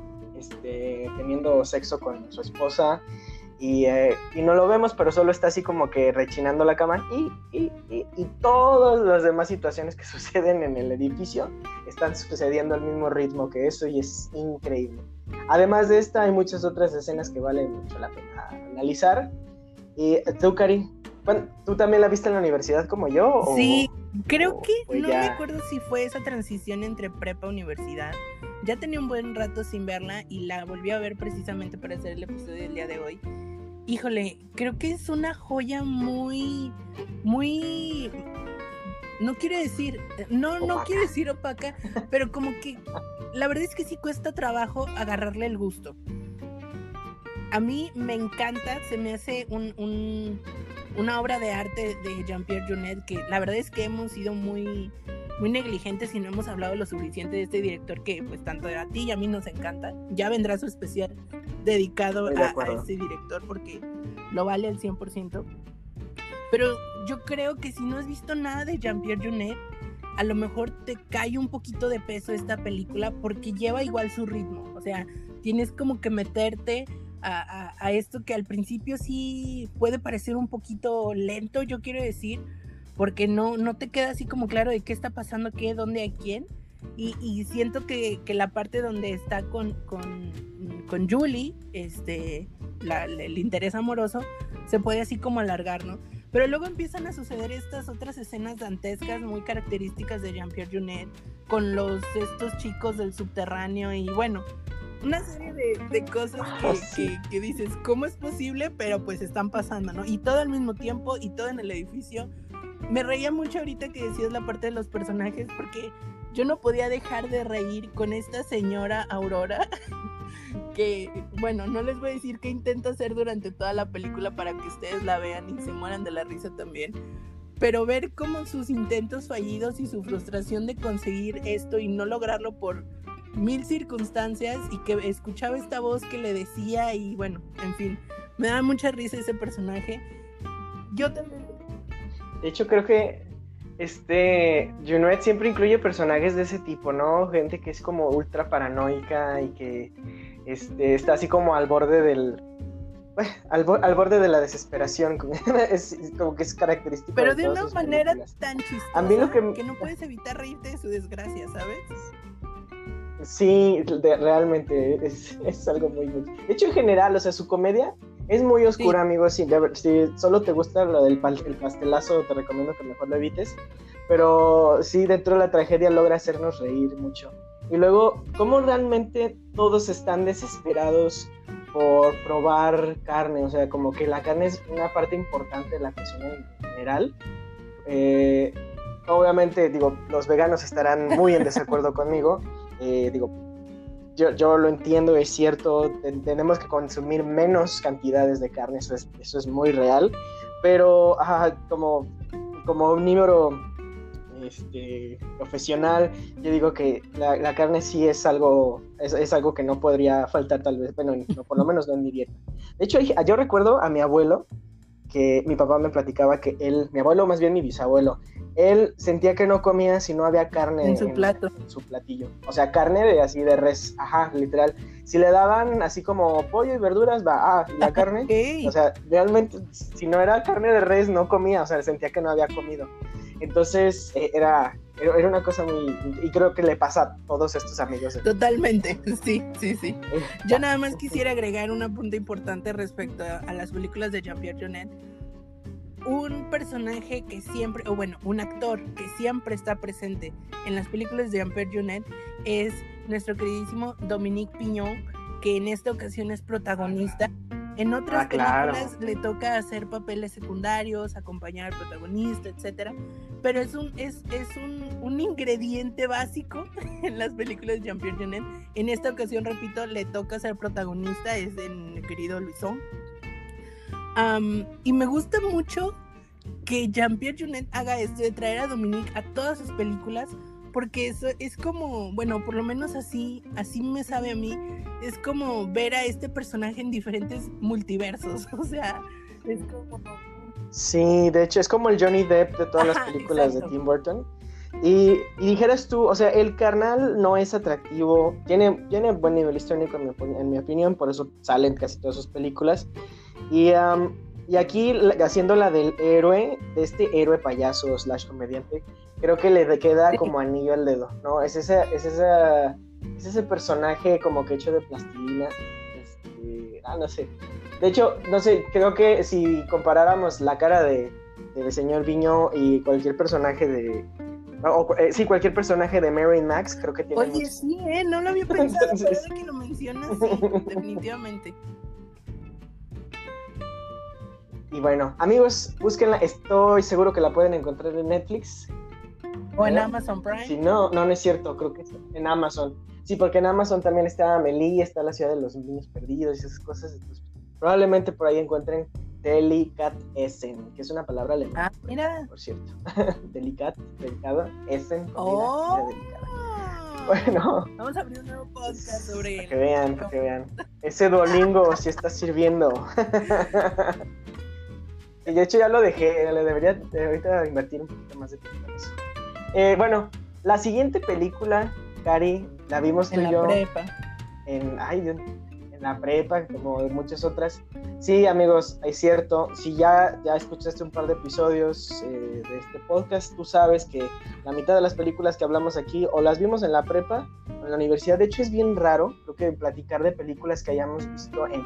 teniendo sexo con su esposa y no lo vemos, pero solo está así como que rechinando la cama y todas las demás situaciones que suceden en el edificio están sucediendo al mismo ritmo que eso y es increíble. Además de esta hay muchas otras escenas que valen mucho la pena analizar. Y tú, Cari, ¿tú también la viste en la universidad como yo? Sí, creo que no me acuerdo si fue esa transición entre prepa y universidad. Ya tenía un buen rato sin verla y la volví a ver precisamente para hacer el episodio del día de hoy. Híjole, creo que es una joya muy, muy... No quiero decir opaca, pero como que la verdad es que sí cuesta trabajo agarrarle el gusto. A mí me encanta, se me hace una obra de arte de Jean-Pierre Jeunet, que la verdad es que hemos sido muy, muy negligentes y no hemos hablado lo suficiente de este director que pues tanto a ti y a mí nos encanta. Ya vendrá su especial dedicado a este director porque lo vale al 100%. Pero yo creo que si no has visto nada de Jean-Pierre Jeunet, a lo mejor te cae un poquito de peso esta película porque lleva igual su ritmo. O sea, tienes como que meterte a esto que al principio sí puede parecer un poquito lento, yo quiero decir, porque no te queda así como claro de qué está pasando, qué, dónde, a quién. Y siento que la parte donde está con Julie, el interés amoroso, se puede así como alargar, ¿no? Pero luego empiezan a suceder estas otras escenas dantescas muy características de Jean-Pierre Jeunet con estos chicos del subterráneo y bueno, una serie de cosas que dices, ¿cómo es posible? Pero pues están pasando, ¿no? Y todo al mismo tiempo y todo en el edificio. Me reía mucho ahorita que decías la parte de los personajes porque yo no podía dejar de reír con esta señora Aurora que, bueno, no les voy a decir qué intenta hacer durante toda la película para que ustedes la vean y se mueran de la risa también. Pero ver cómo sus intentos fallidos y su frustración de conseguir esto y no lograrlo por 1000 circunstancias y que escuchaba esta voz que le decía y bueno, en fin, me da mucha risa ese personaje. Yo también. De hecho, creo que Junet siempre incluye personajes de ese tipo, ¿no? Gente que es como ultra paranoica y que está así como al borde al borde de la desesperación. Es como que es característico. Pero de una todas sus manera películas. tan chistosa A mí lo que no puedes evitar reírte de su desgracia, ¿sabes? Sí, realmente es algo muy... De hecho, en general, o sea, su comedia es muy oscura, Sí. amigos. Si solo te gusta lo del el pastelazo, te recomiendo que mejor lo evites. Pero sí, dentro de la tragedia logra hacernos reír mucho. Y luego, cómo realmente todos están desesperados por probar carne. O sea, como que la carne es una parte importante de la cocina en general. Obviamente, digo, los veganos estarán muy en desacuerdo conmigo. Digo, yo lo entiendo, es cierto, tenemos que consumir menos cantidades de carne, eso es muy real, pero como un miembro profesional, yo digo que la carne sí es algo que no podría faltar tal vez, bueno, no, por lo menos no en mi dieta. De hecho, yo recuerdo a mi abuelo, que mi papá me platicaba que mi abuelo, más bien mi bisabuelo, él sentía que no comía si no había carne En su plato. en su platillo. O sea, carne así de res, literal. Si le daban así como pollo y verduras, y la carne. Okay. O sea, realmente, si no era carne de res, no comía, o sea, sentía que no había comido. Entonces, era una cosa muy... Y creo que le pasa a todos estos amigos. Totalmente, sí. Yo nada más quisiera agregar un apunte importante respecto a las películas de Jean-Pierre Jeunet. Un personaje que siempre, o bueno, un actor que siempre está presente en las películas de Jean-Pierre Jeunet es nuestro queridísimo Dominique Piñón, que en esta ocasión es protagonista. En otras películas le toca hacer papeles secundarios, acompañar al protagonista, etcétera. Pero es un ingrediente básico en las películas de Jean-Pierre Jeunet. En esta ocasión, repito, le toca ser protagonista, es el querido Luisón. Y me gusta mucho que Jean-Pierre Jeunet haga esto de traer a Dominique a todas sus películas, porque eso es como, bueno, por lo menos así me sabe a mí, es como ver a este personaje en diferentes multiversos, o sea, es como... Sí, de hecho es como el Johnny Depp de todas las películas de Tim Burton. Y dijeras tú, o sea, el carnal no es atractivo, tiene buen nivel histórico en mi opinión, por eso salen casi todas sus películas. Y aquí haciendo la del héroe, de este héroe payaso / comediante, creo que le queda como anillo al dedo, ¿no? Es ese personaje como que hecho de plastilina, no sé. De hecho, no sé, creo que si comparáramos la cara del señor Viñó y cualquier personaje cualquier personaje de Mary Max, creo que tiene... Oye, sí, no lo había pensado, pero ahora que lo mencionas, sí, definitivamente. Y bueno, amigos, búsquenla, estoy seguro que la pueden encontrar en Netflix. O en Amazon Prime. Si no es cierto, creo que es en Amazon. Sí, porque en Amazon también está Amelie, está La Ciudad de los Niños Perdidos y esas cosas. Entonces, probablemente por ahí encuentren Delikatessen, que es una palabra alemana. Mira. Por cierto. Delicado, Essen, comida delicada. Bueno. Vamos a abrir un nuevo podcast sobre para que vean. Ese Duolingo sí está sirviendo. Y de hecho ya lo dejé, le debería ahorita invertir un poquito más de tiempo en eso. Bueno, la siguiente película, Cari, la vimos tú y yo. En la prepa, como muchas otras. Sí, amigos, es cierto. Si ya escuchaste un par de episodios de este podcast, tú sabes que la mitad de las películas que hablamos aquí o las vimos en la prepa o en la universidad. De hecho, es bien raro, creo que platicar de películas que hayamos visto en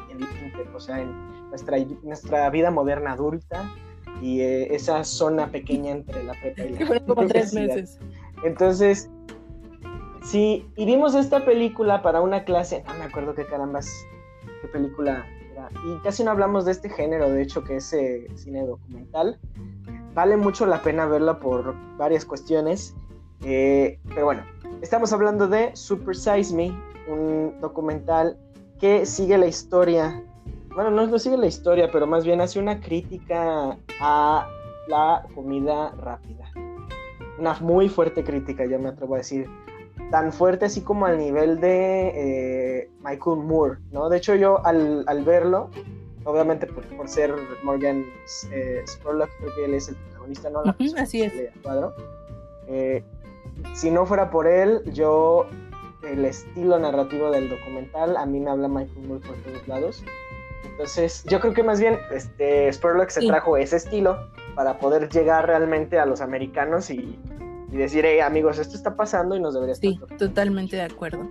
nuestra vida moderna adulta y esa zona pequeña entre la prepa y la universidad. Fueron como 3 meses. Entonces, Sí, y vimos esta película para una clase, no me acuerdo qué película era, y casi no hablamos de este género, de hecho, que es cine documental. Vale mucho la pena verla por varias cuestiones, pero bueno, estamos hablando de Super Size Me, un documental que sigue la historia, bueno, no sigue la historia, pero más bien hace una crítica a la comida rápida. Una muy fuerte crítica, ya me atrevo a decir. Tan fuerte así como al nivel de Michael Moore, ¿no? De hecho, yo al verlo, obviamente por ser Morgan Spurlock, creo que él es el protagonista, ¿no? Así es. Cuadro. Si no fuera por él, el estilo narrativo del documental, a mí me habla Michael Moore por todos lados. Entonces, yo creo que más bien Spurlock se trajo ese estilo para poder llegar realmente a los americanos y decir, hey, amigos, esto está pasando y nos debería estar tocando. Totalmente de acuerdo.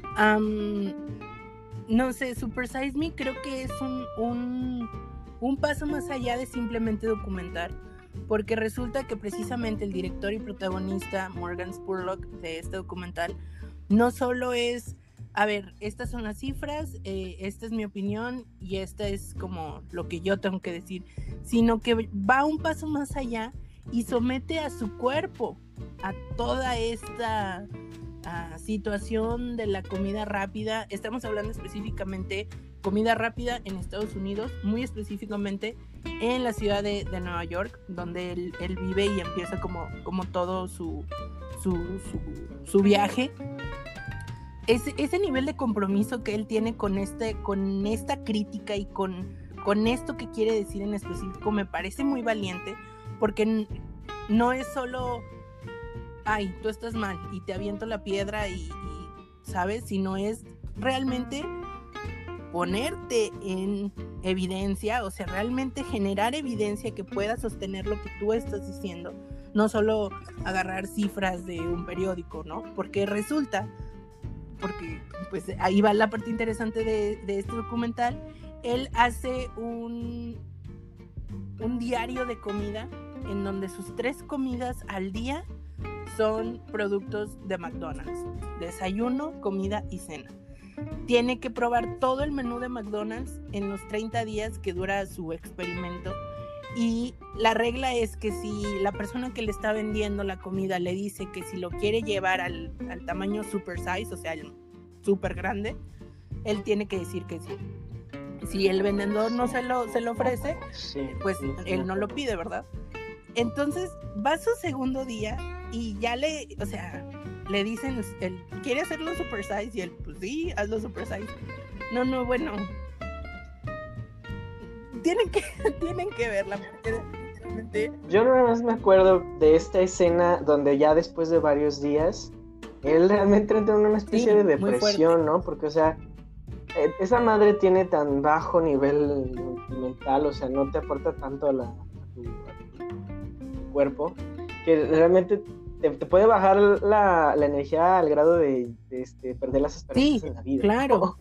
No sé, Super Size Me creo que es un paso más allá de simplemente documentar, porque resulta que precisamente el director y protagonista Morgan Spurlock de este documental no solo es, a ver, estas son las cifras, esta es mi opinión y esta es como lo que yo tengo que decir, sino que va un paso más allá y somete a su cuerpo a toda esta situación de la comida rápida. Estamos hablando específicamente comida rápida en Estados Unidos, muy específicamente en la ciudad de Nueva York, donde él vive y empieza como todo su viaje. Ese nivel de compromiso que él tiene con esta crítica y con esto que quiere decir en específico me parece muy valiente, porque no es solo, ay, tú estás mal y te aviento la piedra y ¿sabes? Sino es realmente ponerte en evidencia, o sea, realmente generar evidencia que pueda sostener lo que tú estás diciendo, no solo agarrar cifras de un periódico, ¿no? Porque pues ahí va la parte interesante de este documental. Él hace un diario de comida en donde sus 3 comidas al día son productos de McDonald's: desayuno, comida y cena. Tiene que probar todo el menú de McDonald's en los 30 días que dura su experimento, y la regla es que si la persona que le está vendiendo la comida le dice que si lo quiere llevar al tamaño super size, o sea, el super grande, él tiene que decir que sí. Si el vendedor no se lo ofrece, pues él no lo pide, ¿verdad? Entonces va su segundo día y ya le dicen, él quiere hacerlo super size, y él, pues sí, hazlo super size. No, bueno, tienen que verla, porque definitivamente... Yo nada más me acuerdo de esta escena donde ya después de varios días él realmente entra en una especie de depresión, ¿no? Porque, o sea, esa madre tiene tan bajo nivel mental, o sea, no te aporta tanto a tu cuerpo, que realmente te puede bajar la energía al grado de perder las esperanzas en la vida. Claro.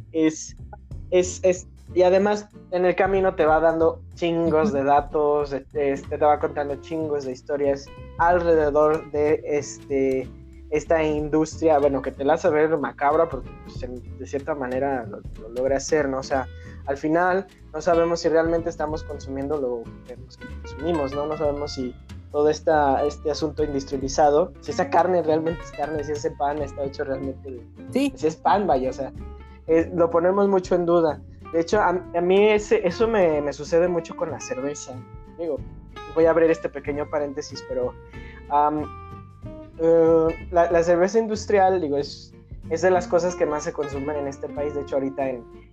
Y además en el camino te va dando chingos de datos, te va contando chingos de historias alrededor de esta industria, bueno, que te la hace ver macabra, porque pues, de cierta manera lo logra hacer, ¿no? O sea, al final no sabemos si realmente estamos consumiendo lo que consumimos, ¿no? No sabemos si todo este asunto industrializado, si esa carne realmente es carne, si ese pan está hecho realmente si es pan, vaya, o sea, lo ponemos mucho en duda. De hecho, a mí eso me sucede mucho con la cerveza. Digo, voy a abrir este pequeño paréntesis, pero la cerveza industrial, digo, es de las cosas que más se consumen en este país. De hecho, ahorita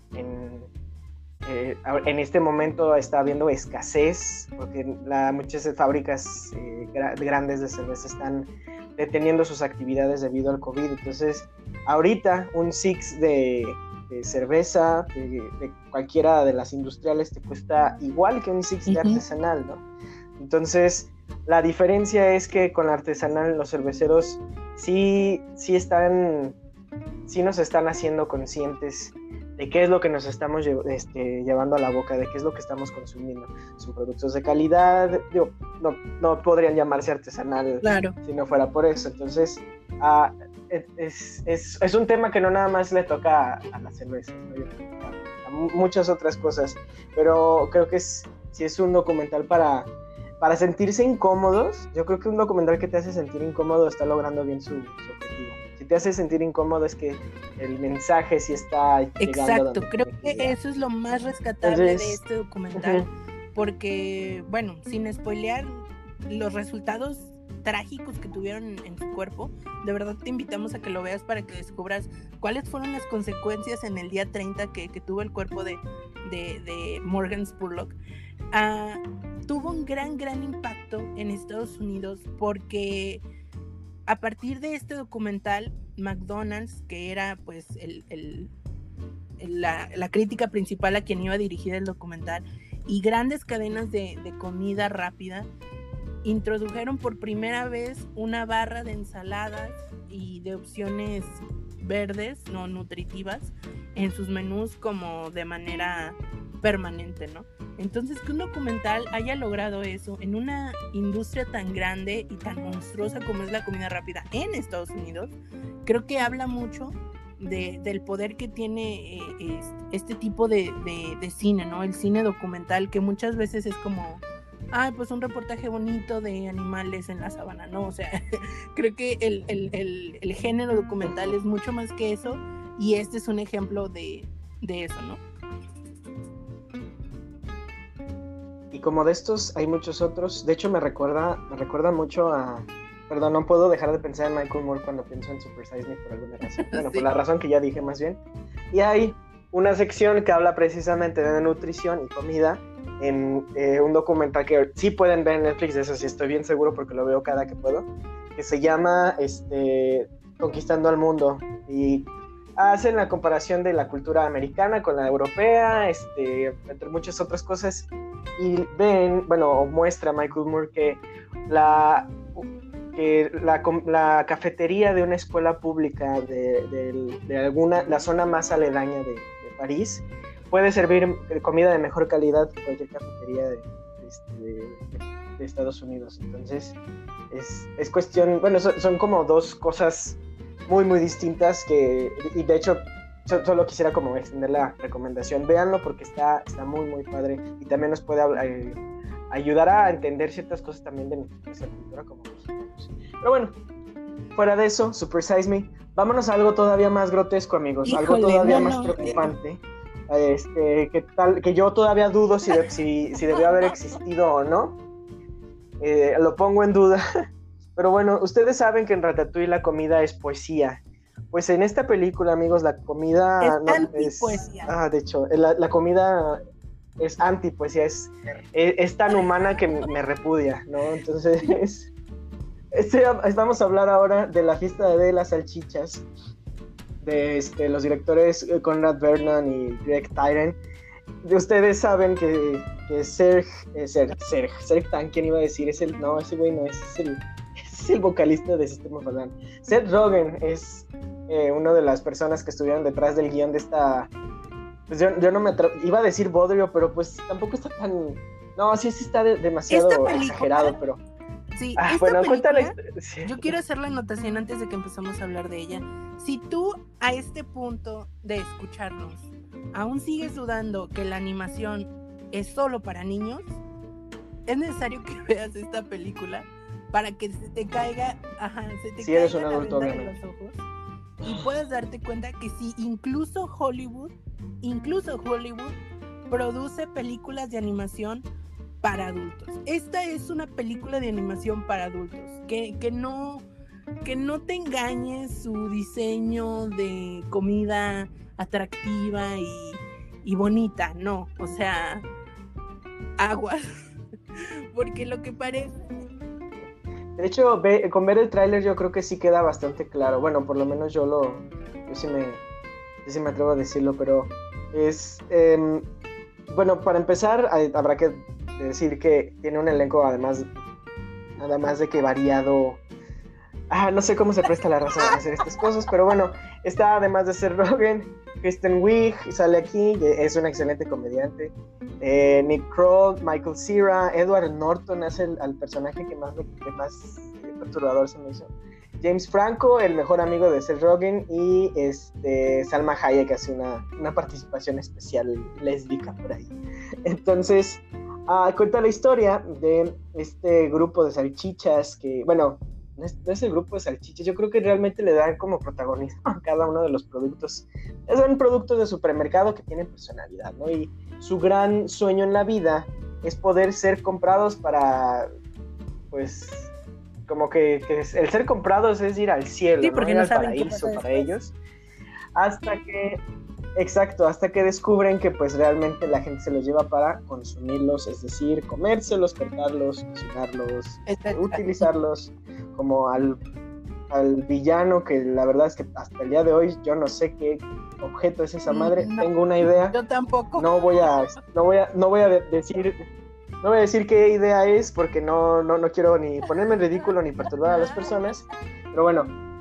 en este momento está habiendo escasez, porque muchas fábricas grandes de cerveza están deteniendo sus actividades debido al COVID. Entonces, ahorita un six de cerveza de cualquiera de las industriales te cuesta igual que un six de artesanal, ¿no? Entonces, la diferencia es que con la artesanal los cerveceros sí nos están haciendo conscientes de qué es lo que nos estamos llevando a la boca, de qué es lo que estamos consumiendo. Son productos de calidad, no podrían llamarse artesanal, claro, si no fuera por eso. Entonces, es un tema que no nada más le toca a la cerveza, ¿no? Yo creo que a muchas otras cosas, pero creo que si es un documental para sentirse incómodos. Yo creo que un documental que te hace sentir incómodo está logrando bien su objetivo. Si te hace sentir incómodo es que el mensaje sí está llegando. Exacto, creo que eso es lo más rescatable de este documental, porque, bueno, sin spoilear los resultados trágicos que tuvieron en su cuerpo, de verdad te invitamos a que lo veas para que descubras cuáles fueron las consecuencias en el día 30 que tuvo el cuerpo de Morgan Spurlock. Tuvo un gran impacto en Estados Unidos porque a partir de este documental, McDonald's, que era pues la crítica principal a quien iba a dirigir el documental, y grandes cadenas de comida rápida introdujeron por primera vez una barra de ensaladas y de opciones verdes, no nutritivas, en sus menús como de manera permanente, ¿no? Entonces, que un documental haya logrado eso en una industria tan grande y tan monstruosa como es la comida rápida en Estados Unidos, creo que habla mucho del poder que tiene este tipo de cine, ¿no? El cine documental, que muchas veces es como, pues un reportaje bonito de animales en la sabana, ¿no? O sea, creo que el género documental es mucho más que eso, y este es un ejemplo de eso, ¿no? Y como de estos hay muchos otros. De hecho me recuerda mucho a... Perdón, no puedo dejar de pensar en Michael Moore cuando pienso en Super Size Me por alguna razón. Bueno, sí, por la razón que ya dije más bien. Y hay una sección que habla precisamente de nutrición y comida en un documental que sí pueden ver en Netflix, de eso sí estoy bien seguro porque lo veo cada que puedo, que se llama Conquistando al Mundo, y hacen la comparación de la cultura americana con la europea, entre muchas otras cosas, y muestra Michael Moore que la cafetería de una escuela pública de la zona más aledaña de París puede servir comida de mejor calidad que cualquier cafetería de Estados Unidos. Entonces es cuestión, son como dos cosas muy muy distintas y de hecho solo quisiera como extender la recomendación. Véanlo porque está muy muy padre, y también nos puede ayudar a entender ciertas cosas también de nuestra cultura como mexicanos. Pero bueno, fuera de eso, Super Size Me, vámonos a algo todavía más grotesco, amigos. Híjole, algo todavía más preocupante, que yo todavía dudo si debió haber existido o no. Lo pongo en duda. Pero bueno, ustedes saben que en Ratatouille la comida es poesía. Pues en esta película, amigos, la comida es poesía. De hecho, la comida es antipoesía, es tan humana que me repudia, ¿no? Entonces, vamos a hablar ahora de La fiesta de las salchichas, de los directores Conrad Vernon y Greg Tyran. Ustedes saben que Serj Tankian, ¿quién iba a decir? Ese güey no es el vocalista de System of a Down. Seth Rogen es una de las personas que estuvieron detrás del guión de esta... Pues yo no iba a decir bodrio, pero pues tampoco está tan... No, sí está demasiado exagerado, pero... Sí, cuéntale. Sí. Yo quiero hacer la anotación antes de que empezamos a hablar de ella. Si tú a este punto de escucharnos aún sigues dudando que la animación es solo para niños, es necesario que veas esta película para que se te caiga eres un adulto, la venda de los ojos y puedas darte cuenta que sí, incluso Hollywood produce películas de animación para adultos. Esta es una película de animación para adultos, que no te engañes su diseño de comida atractiva y bonita, no, o sea, aguas, porque lo que parece... De hecho, con ver el tráiler yo creo que sí queda bastante claro. Bueno, por lo menos yo sí me atrevo a decirlo, pero es... para empezar, habrá que decir que tiene un elenco además de que variado. No sé cómo se presta la razón de hacer estas cosas, pero bueno, está además de Seth Rogen, Kristen Wiig sale aquí, es una excelente comediante. Nick Kroll, Michael Cera, Edward Norton hace al personaje que más perturbador se me hizo. James Franco, el mejor amigo de Seth Rogen, y Salma Hayek hace una participación especial lésbica por ahí. Entonces, cuenta la historia de este grupo de salchichas que, bueno, no es el grupo de salchichas, yo creo que realmente le dan como protagonismo a cada uno de los productos. Son productos de supermercado que tienen personalidad, ¿no? Y su gran sueño en la vida es poder ser comprados para, pues, como que el ser comprados es ir al cielo, sí, porque ¿no? No al saben paraíso para ellos. Hasta que descubren que pues realmente la gente se los lleva para consumirlos, es decir, comérselos, cortarlos, cocinarlos, utilizarlos como al villano, que la verdad es que hasta el día de hoy yo no sé qué objeto es esa madre. No, tengo una idea. Yo tampoco. No voy a decir qué idea es, porque no quiero ni ponerme en ridículo ni perturbar a las personas. Pero bueno,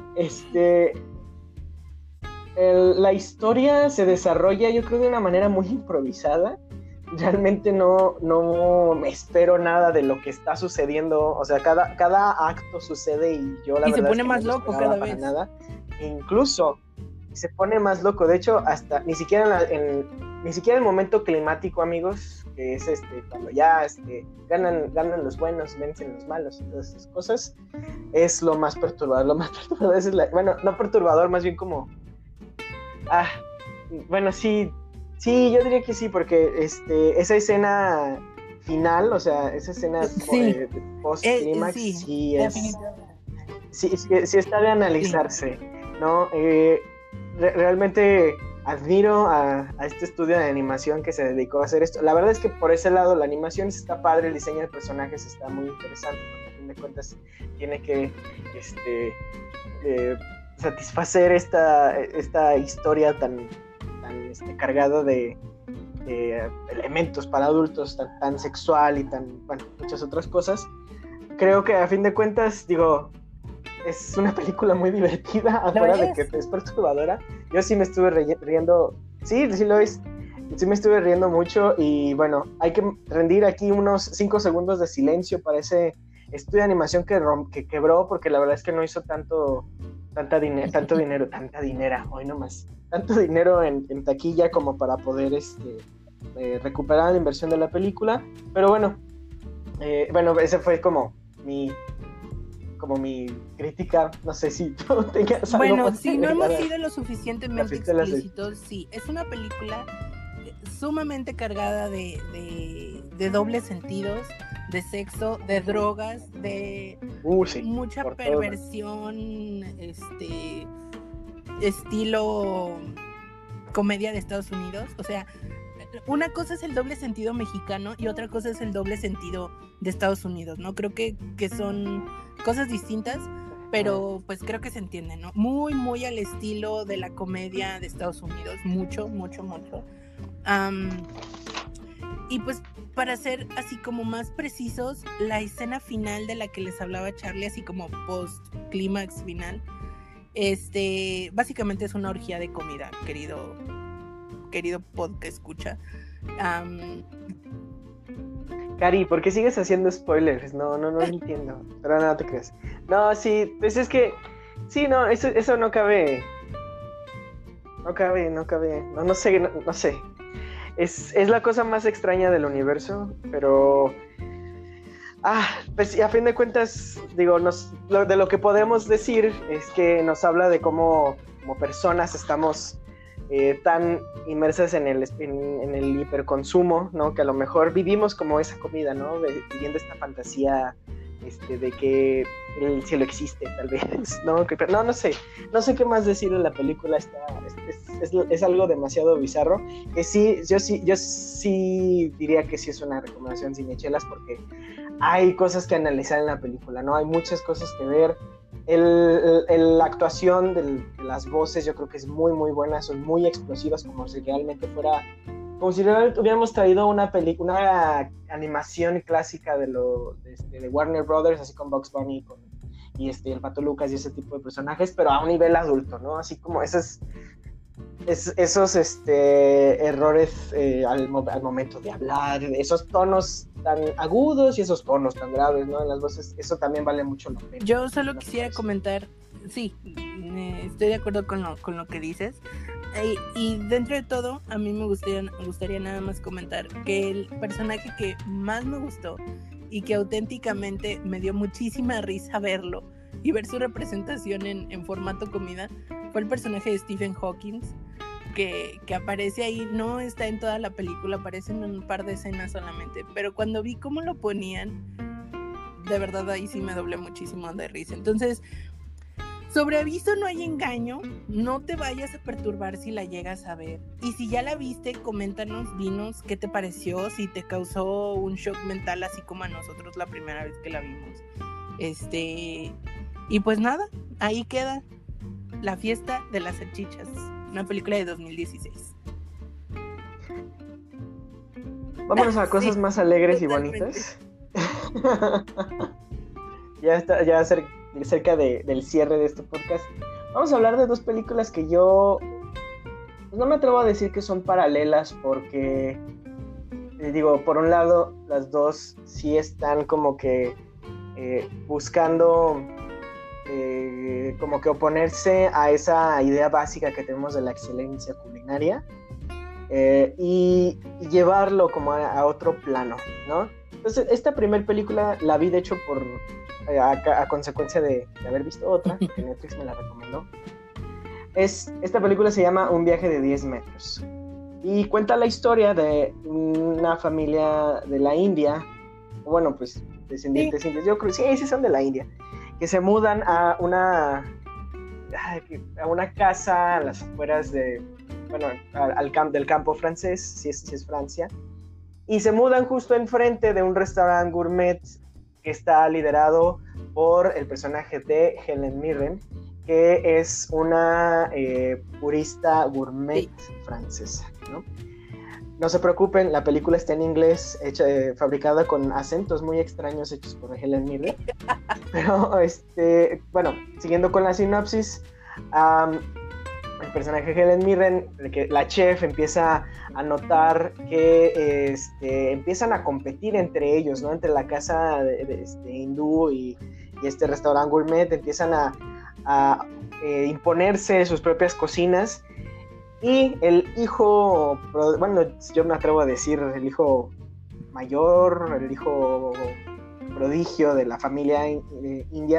la historia se desarrolla, yo creo, de una manera muy improvisada. Realmente no me espero nada de lo que está sucediendo. O sea, cada acto sucede y yo la verdad se pone es que más no loco cada vez. Nada. Incluso se pone más loco. De hecho, hasta ni siquiera el momento climático, amigos, que es cuando ya ganan los buenos, vencen los malos y todas esas cosas, es lo más perturbador. Lo más perturbador es no perturbador, más bien como bueno, sí, yo diría que sí, porque esa escena final, o sea, esa escena post-clímax, sí está de analizarse, ¿no? Realmente admiro a este estudio de animación que se dedicó a hacer esto. La verdad es que por ese lado la animación está padre, el diseño de personajes está muy interesante, porque a fin de cuentas tiene que satisfacer esta historia tan cargada de elementos para adultos, tan sexual y muchas otras cosas. Creo que a fin de cuentas, digo, es una película muy divertida, afuera de que es perturbadora. Yo sí me estuve riendo, sí lo es. Sí me estuve riendo mucho, y bueno, hay que rendir aquí unos 5 segundos de silencio para ese estudio de animación que quebró, porque la verdad es que no hizo tanto dinero en taquilla como para poder recuperar la inversión de la película. Pero bueno, ese fue como mi crítica. No sé si tú tengas algo. Bueno, si no hemos sido lo suficientemente explícitos, sí, es una película sumamente cargada de dobles sentidos, de sexo, de drogas, de mucha perversión, estilo comedia de Estados Unidos. O sea, una cosa es el doble sentido mexicano y otra cosa es el doble sentido de Estados Unidos, ¿no? Creo que son cosas distintas, pero pues creo que se entiende, ¿no? Muy, muy al estilo de la comedia de Estados Unidos, mucho. Y pues, para ser así como más precisos, la escena final de la que les hablaba Charlie, así como post-clímax final, básicamente es una orgía de comida, querido podcast escucha. Cari, ¿por qué sigues haciendo spoilers? No entiendo. Pero no te creas. No, sí, pues es que sí, no, eso no cabe. No sé. Es la cosa más extraña del universo, pero pues a fin de cuentas, digo, de lo que podemos decir es que nos habla de cómo como personas estamos tan inmersas en el hiperconsumo, ¿no? Que a lo mejor vivimos como esa comida, ¿no? Viviendo esta fantasía de que el cielo existe, tal vez, ¿no? No sé qué más decir de la película. Es algo demasiado bizarro, que sí, yo sí diría que sí es una recomendación sin chelas, porque hay cosas que analizar en la película, ¿no? Hay muchas cosas que ver. La actuación de las voces yo creo que es muy muy buena, son muy explosivas, como si realmente hubiéramos traído una animación clásica de Warner Brothers, así con Bugs Bunny y el Pato Lucas y ese tipo de personajes, pero a un nivel adulto, ¿no? Así como esos errores al momento de hablar, esos tonos tan agudos y esos tonos tan graves, ¿no? En las voces, eso también vale mucho la pena. Yo solo quisiera comentar Sí, estoy de acuerdo con lo que dices. Y dentro de todo, a mí me gustaría nada más comentar que el personaje que más me gustó y que auténticamente me dio muchísima risa verlo y ver su representación en formato comida fue el personaje de Stephen Hawking, que aparece ahí, no está en toda la película, aparece en un par de escenas solamente, pero cuando vi cómo lo ponían, de verdad ahí sí me doblé muchísimo de risa. Entonces, sobre aviso no hay engaño, no te vayas a perturbar si la llegas a ver. Y si ya la viste, coméntanos, dinos qué te pareció, si te causó un shock mental así como a nosotros la primera vez que la vimos. Y pues nada, ahí queda La fiesta de las salchichas, una película de 2016. Vámonos a cosas Sí, más alegres totalmente. y bonitas. Ya cerca del cierre de este podcast. Vamos a hablar de dos películas que yo pues no me atrevo a decir que son paralelas porque digo, por un lado las dos sí están como que buscando como que oponerse a esa idea básica que tenemos de la excelencia culinaria y llevarlo como a otro plano, ¿no? Entonces, esta primera película la vi de hecho a consecuencia de haber visto otra, que Netflix me la recomendó. Esta película se llama Un viaje de 10 metros y cuenta la historia de una familia de la India, bueno, pues descendientes indios, yo creo que sí son de la India, que se mudan a una casa a las afueras del campo francés, si es Francia, y se mudan justo enfrente de un restaurante gourmet que está liderado por el personaje de Helen Mirren, que es una purista gourmet francesa, ¿no? No se preocupen, la película está en inglés, fabricada con acentos muy extraños hechos por Helen Mirren. Pero, bueno, siguiendo con la sinopsis, el personaje de Helen Mirren, la chef, empieza a notar que empiezan a competir entre ellos, ¿no? Entre la casa de hindú y este restaurante gourmet, empiezan a imponerse sus propias cocinas. Y el hijo, bueno, yo me atrevo a decir el hijo mayor, el hijo prodigio de la familia india,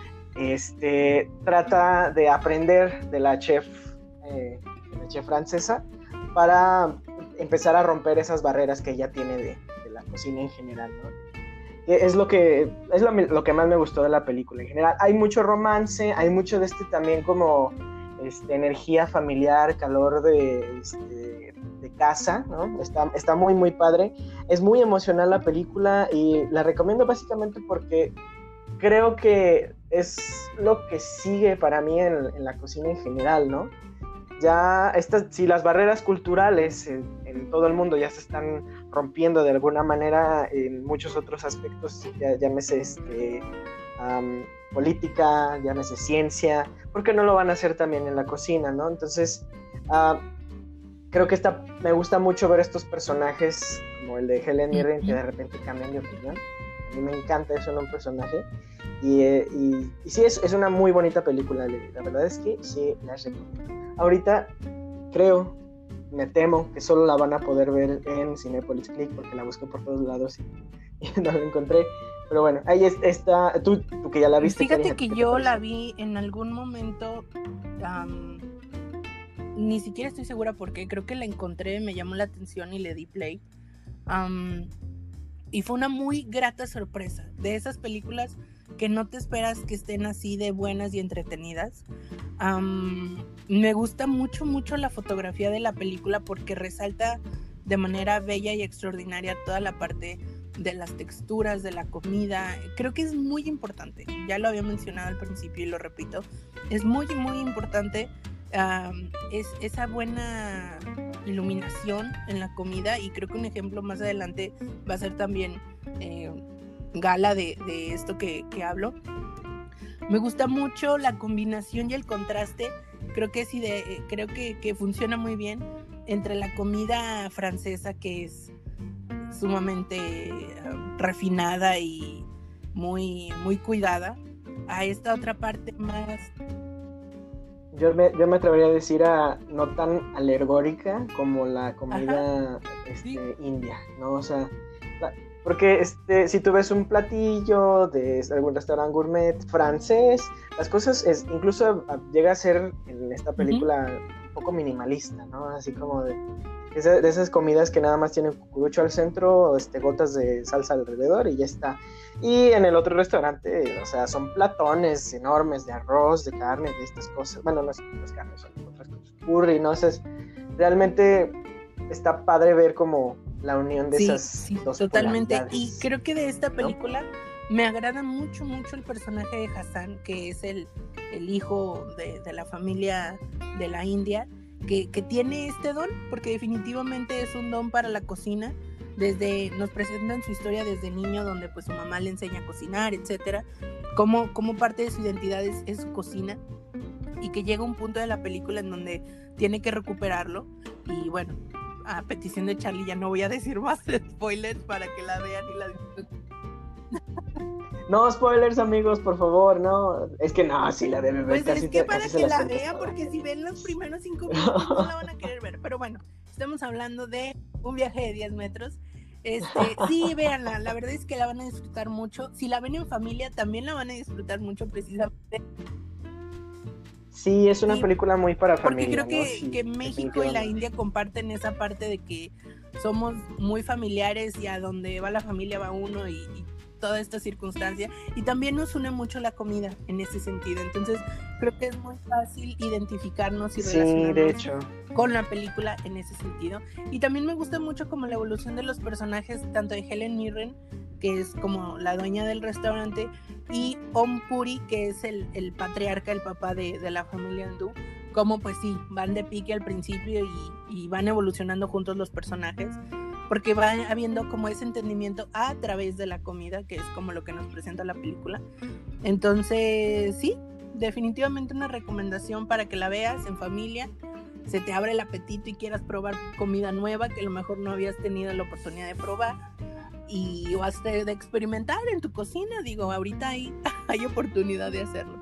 trata de aprender de la chef francesa para empezar a romper esas barreras que ella tiene de la cocina en general, ¿no? Es lo que más me gustó de la película en general. Hay mucho romance, hay mucho de también como energía familiar, calor de casa, ¿no? Está muy muy padre. Es muy emocional la película y la recomiendo básicamente porque creo que es lo que sigue para mí en la cocina en general, ¿no? Ya si las barreras culturales en todo el mundo ya se están rompiendo de alguna manera en muchos otros aspectos, llámese política, llámese ciencia, ¿por qué no lo van a hacer también en la cocina, ¿no? Entonces, creo que me gusta mucho ver estos personajes como el de Helen Mirren que de repente cambian de opinión. A mí me encanta eso en un personaje y sí, es una muy bonita película. La verdad es que sí la recomiendo. Ahorita me temo que solo la van a poder ver en Cinépolis Click porque la busqué por todos lados y no la encontré. Pero bueno, ahí está. Tú que ya la viste. Fíjate que yo la vi en algún momento, ni siquiera estoy segura por qué, creo que la encontré, me llamó la atención y le di play. Y fue una muy grata sorpresa, de esas películas que no te esperas que estén así de buenas y entretenidas. Me gusta mucho, mucho la fotografía de la película porque resalta de manera bella y extraordinaria toda la parte de las texturas, de la comida. Creo que es muy importante, ya lo había mencionado al principio y lo repito, es muy, muy importante esa buena iluminación en la comida, y creo que un ejemplo más adelante va a ser también Gala de esto que hablo. Me gusta mucho la combinación y el contraste, creo que funciona muy bien entre la comida francesa, que es sumamente refinada y muy, muy cuidada, a esta otra parte más yo me atrevería a decir no tan alegórica como la comida india, ¿no? O sea, porque si tú ves un platillo de algún restaurante gourmet francés, las cosas incluso llega a ser en esta película un poco minimalista, ¿no? Así como de esas comidas que nada más tienen cucurucho al centro, gotas de salsa alrededor y ya está. Y en el otro restaurante, o sea, son platones enormes de arroz, de carne, de estas cosas. Bueno, no es carne, son otras cosas. Curry, ¿no? O sea, realmente está padre ver como la unión de esas dos totalmente. polaridades. Y creo que de esta película me agrada mucho el personaje de Hassan, que es el hijo de la familia de la India, que tiene este don, porque definitivamente es un don para la cocina. Nos presentan su historia desde niño, donde pues su mamá le enseña a cocinar, etcétera, como parte de su identidad es su cocina, y que llega un punto de la película en donde tiene que recuperarlo. Y bueno, a petición de Charlie ya no voy a decir más spoilers para que la vean y la disfruten. No spoilers, amigos, por favor, no. Es que no, sí la deben ver. Pues es que para que la vea, porque si ven los primeros 5 minutos no la van a querer ver. Pero bueno, estamos hablando de Un viaje de 10 metros. Sí, véanla, la verdad es que la van a disfrutar mucho. Si la ven en familia, también la van a disfrutar mucho, precisamente. Sí, es una película muy para familia. Porque creo que México y la India comparten esa parte de que somos muy familiares, y a donde va la familia va uno, y toda esta circunstancia, y también nos une mucho la comida en ese sentido. Entonces creo que es muy fácil identificarnos y relacionarnos de hecho, con la película en ese sentido. Y también me gusta mucho como la evolución de los personajes, tanto de Helen Mirren, que es como la dueña del restaurante, y Om Puri, que es el patriarca, el papá de la familia hindú. Como pues sí, van de pique al principio y van evolucionando juntos los personajes, porque va habiendo como ese entendimiento a través de la comida, que es como lo que nos presenta la película. Entonces sí, definitivamente una recomendación para que la veas en familia, se te abre el apetito y quieras probar comida nueva que a lo mejor no habías tenido la oportunidad de probar, o hasta de experimentar en tu cocina. Digo, ahorita hay oportunidad de hacerlo.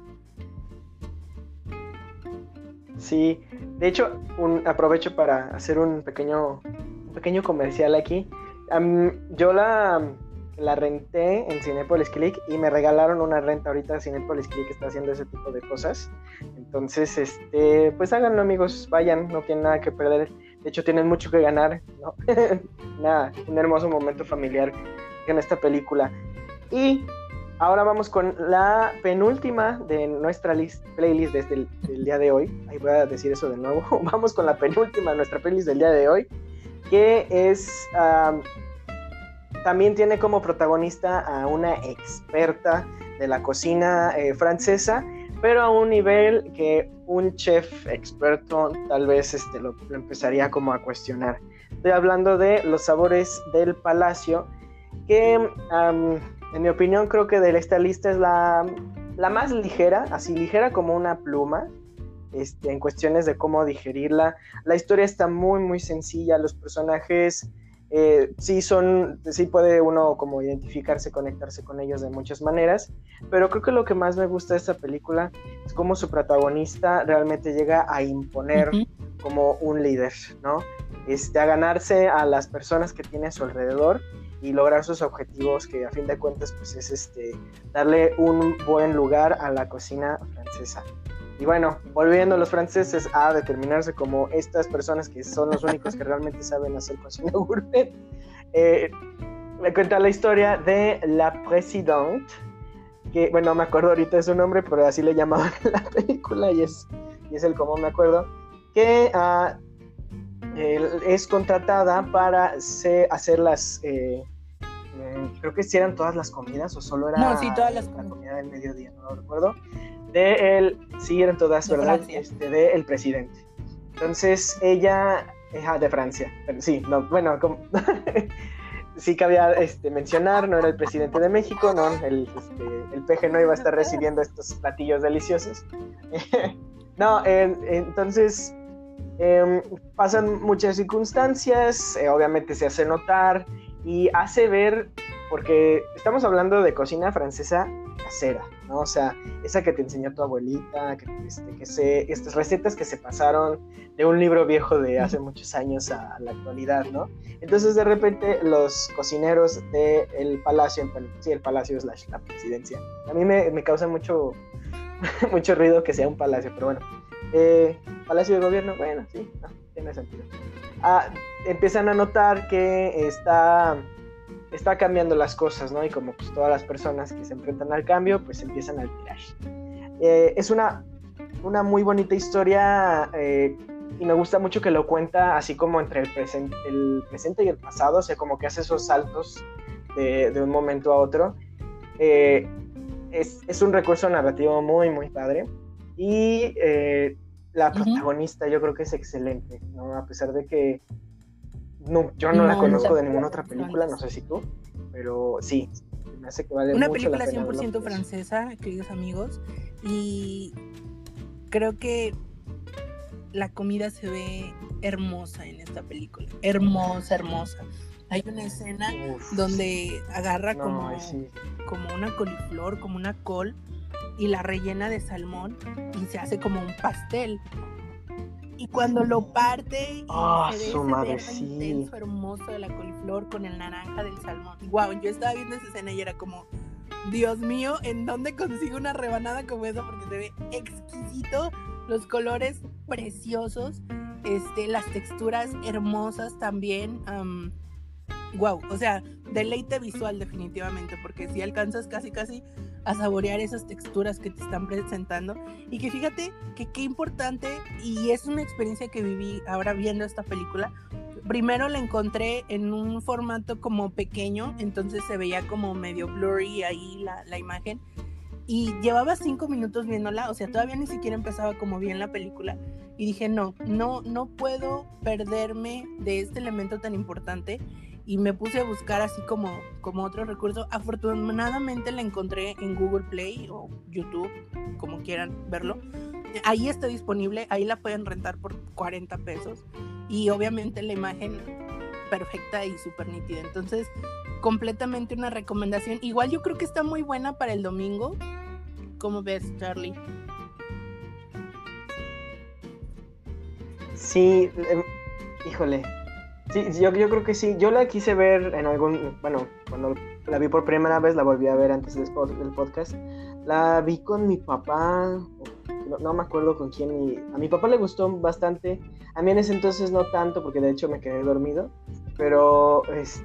Sí, de hecho, aprovecho para hacer un pequeño comercial aquí. Yo la renté en Cinépolis Click y me regalaron una renta ahorita. Cinépolis Click está haciendo ese tipo de cosas. Entonces, pues háganlo, amigos, vayan, no tienen nada que perder. De hecho, tienen mucho que ganar, ¿no? Nada, un hermoso momento familiar en esta película. Y ahora vamos con la penúltima de nuestra playlist desde el día de hoy. Ahí voy a decir eso de nuevo. Vamos con la penúltima de nuestra playlist del día de hoy, que es también tiene como protagonista a una experta de la cocina francesa, pero a un nivel que un chef experto tal vez lo empezaría como a cuestionar. Estoy hablando de Los sabores del palacio, que en mi opinión creo que de esta lista es la más ligera, así ligera como una pluma, en cuestiones de cómo digerirla. La historia está muy muy sencilla, los personajes sí puede uno como identificarse, conectarse con ellos de muchas maneras, pero creo que lo que más me gusta de esta película es cómo su protagonista realmente llega a imponer como un líder, ¿no? A ganarse a las personas que tiene a su alrededor y lograr sus objetivos, que a fin de cuentas pues es darle un buen lugar a la cocina francesa. Y bueno, volviendo a los franceses a determinarse como estas personas que son los únicos que realmente saben hacer cocina gourmet, me cuenta la historia de la Présidente, que bueno, me acuerdo ahorita de su nombre, pero así le llamaban en la película y es el como me acuerdo, que es contratada para hacer las... creo que si eran todas las comidas o solo era todas las la comida del mediodía, no lo recuerdo. Sí, eran todas, ¿verdad? De el presidente. Entonces ella, de Francia, pero sí, no, bueno, sí cabía mencionar, no era el presidente de México, no, el peje no iba a estar recibiendo estos platillos deliciosos. No, entonces pasan muchas circunstancias, obviamente se hace notar y hace ver, porque estamos hablando de cocina francesa casera, ¿no? O sea, esa que te enseñó tu abuelita, estas recetas que se pasaron de un libro viejo de hace muchos años a la actualidad, ¿no? Entonces, de repente, los cocineros del palacio, sí, el palacio es la presidencia. A mí me causa mucho ruido que sea un palacio, pero bueno. Palacio de gobierno, bueno, sí, no, tiene sentido. Empiezan a notar que está cambiando las cosas, ¿no? Y como pues todas las personas que se enfrentan al cambio, pues empiezan a alterar. Es una muy bonita historia y me gusta mucho que lo cuenta así como entre el presente y el pasado, o sea, como que hace esos saltos de un momento a otro. Es un recurso narrativo muy, muy padre. Y la protagonista yo creo que es excelente, ¿no? A pesar de que yo no la conozco de ninguna otra película, no sé si tú, pero sí, me hace que vale una mucho la película pena. 100% francesa, queridos amigos, y creo que la comida se ve hermosa en esta película, hermosa. Hay una escena donde agarra como una coliflor, como una col, y la rellena de salmón y se hace como un pastel. Y cuando lo parte y se ve ese verde intenso, hermoso de la coliflor con el naranja del salmón. Wow, yo estaba viendo esa escena y era como, Dios mío, ¿en dónde consigo una rebanada como esa? Porque se ve exquisito, los colores preciosos, las texturas hermosas también. Wow, o sea, deleite visual definitivamente, porque si alcanzas casi a saborear esas texturas que te están presentando. Y que fíjate que qué importante, y es una experiencia que viví ahora viendo esta película. Primero la encontré en un formato como pequeño, entonces se veía como medio blurry ahí la imagen, y llevaba 5 minutos viéndola, o sea, todavía ni siquiera empezaba como bien la película, y dije, no puedo perderme de este elemento tan importante. Y me puse a buscar así como otro recurso. Afortunadamente la encontré en Google Play o YouTube, como quieran verlo. Ahí está disponible, ahí la pueden rentar por 40 pesos. Y obviamente la imagen perfecta y súper nítida. Entonces, completamente una recomendación. Igual yo creo que está muy buena para el domingo. ¿Cómo ves, Charlie? Sí, híjole. Sí, yo creo que sí. Yo la quise ver cuando la vi por primera vez, la volví a ver antes del podcast. La vi con mi papá, no me acuerdo con quién, y a mi papá le gustó bastante. A mí en ese entonces no tanto, porque de hecho me quedé dormido. Pero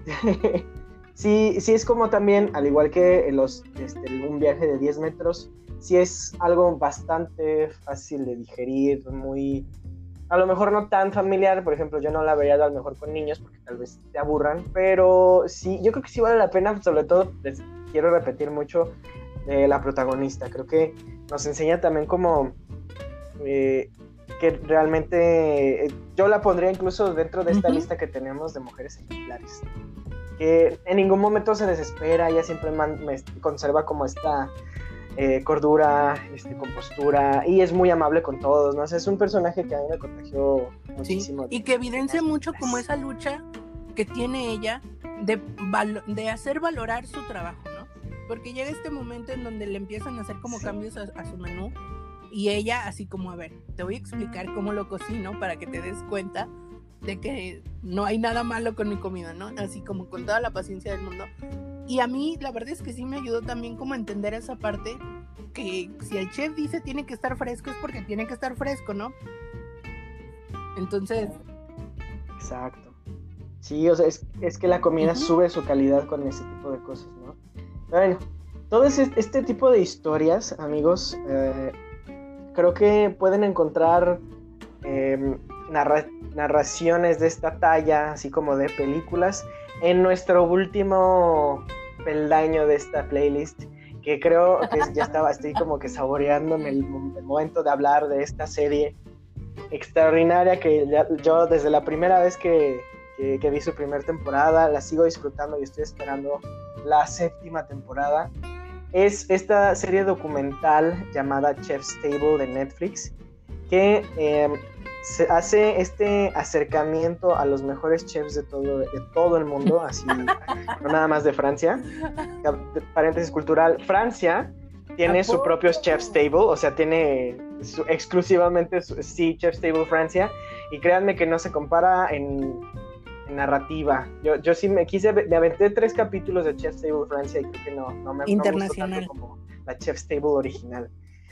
sí es como también, al igual que un viaje de 10 metros, sí es algo bastante fácil de digerir, muy... A lo mejor no tan familiar, por ejemplo, yo no la vería a lo mejor con niños porque tal vez te aburran, pero sí, yo creo que sí vale la pena, sobre todo, les quiero repetir mucho, la protagonista. Creo que nos enseña también como que realmente, yo la pondría incluso dentro de esta lista que tenemos de mujeres ejemplares, que en ningún momento se desespera, ella siempre conserva como esta... cordura, compostura, y es muy amable con todos, ¿no? O sea, es un personaje que a mí me contagió muchísimo. Sí, y que evidencia mucho como esa lucha que tiene ella de hacer valorar su trabajo, ¿no? Porque llega este momento en donde le empiezan a hacer como cambios a su menú, y ella así como, a ver, te voy a explicar cómo lo cocino para que te des cuenta de que no hay nada malo con mi comida, ¿no? Así como con toda la paciencia del mundo. Y a mí la verdad es que sí me ayudó también como a entender esa parte, que si el chef dice tiene que estar fresco es porque tiene que estar fresco, ¿no? Entonces... Exacto. Sí, o sea, es que la comida sube su calidad con ese tipo de cosas, ¿no? Bueno, todo este tipo de historias, amigos, creo que pueden encontrar narraciones de esta talla, así como de películas, en nuestro último peldaño de esta playlist, que creo que estoy como que saboreándome el momento de hablar de esta serie extraordinaria que yo desde la primera vez que vi su primera temporada la sigo disfrutando y estoy esperando la 7ª temporada. Es esta serie documental llamada Chef's Table de Netflix, que se hace este acercamiento a los mejores chefs de todo el mundo, así, no nada más de Francia. Paréntesis cultural, Francia tiene ¿A su poco? propio Chef's Table, o sea, tiene exclusivamente Chef's Table Francia, y créanme que no se compara en narrativa. Yo sí me aventé 3 capítulos de Chef's Table Francia y creo que no me gustó Internacional. tanto como la Chef's Table original.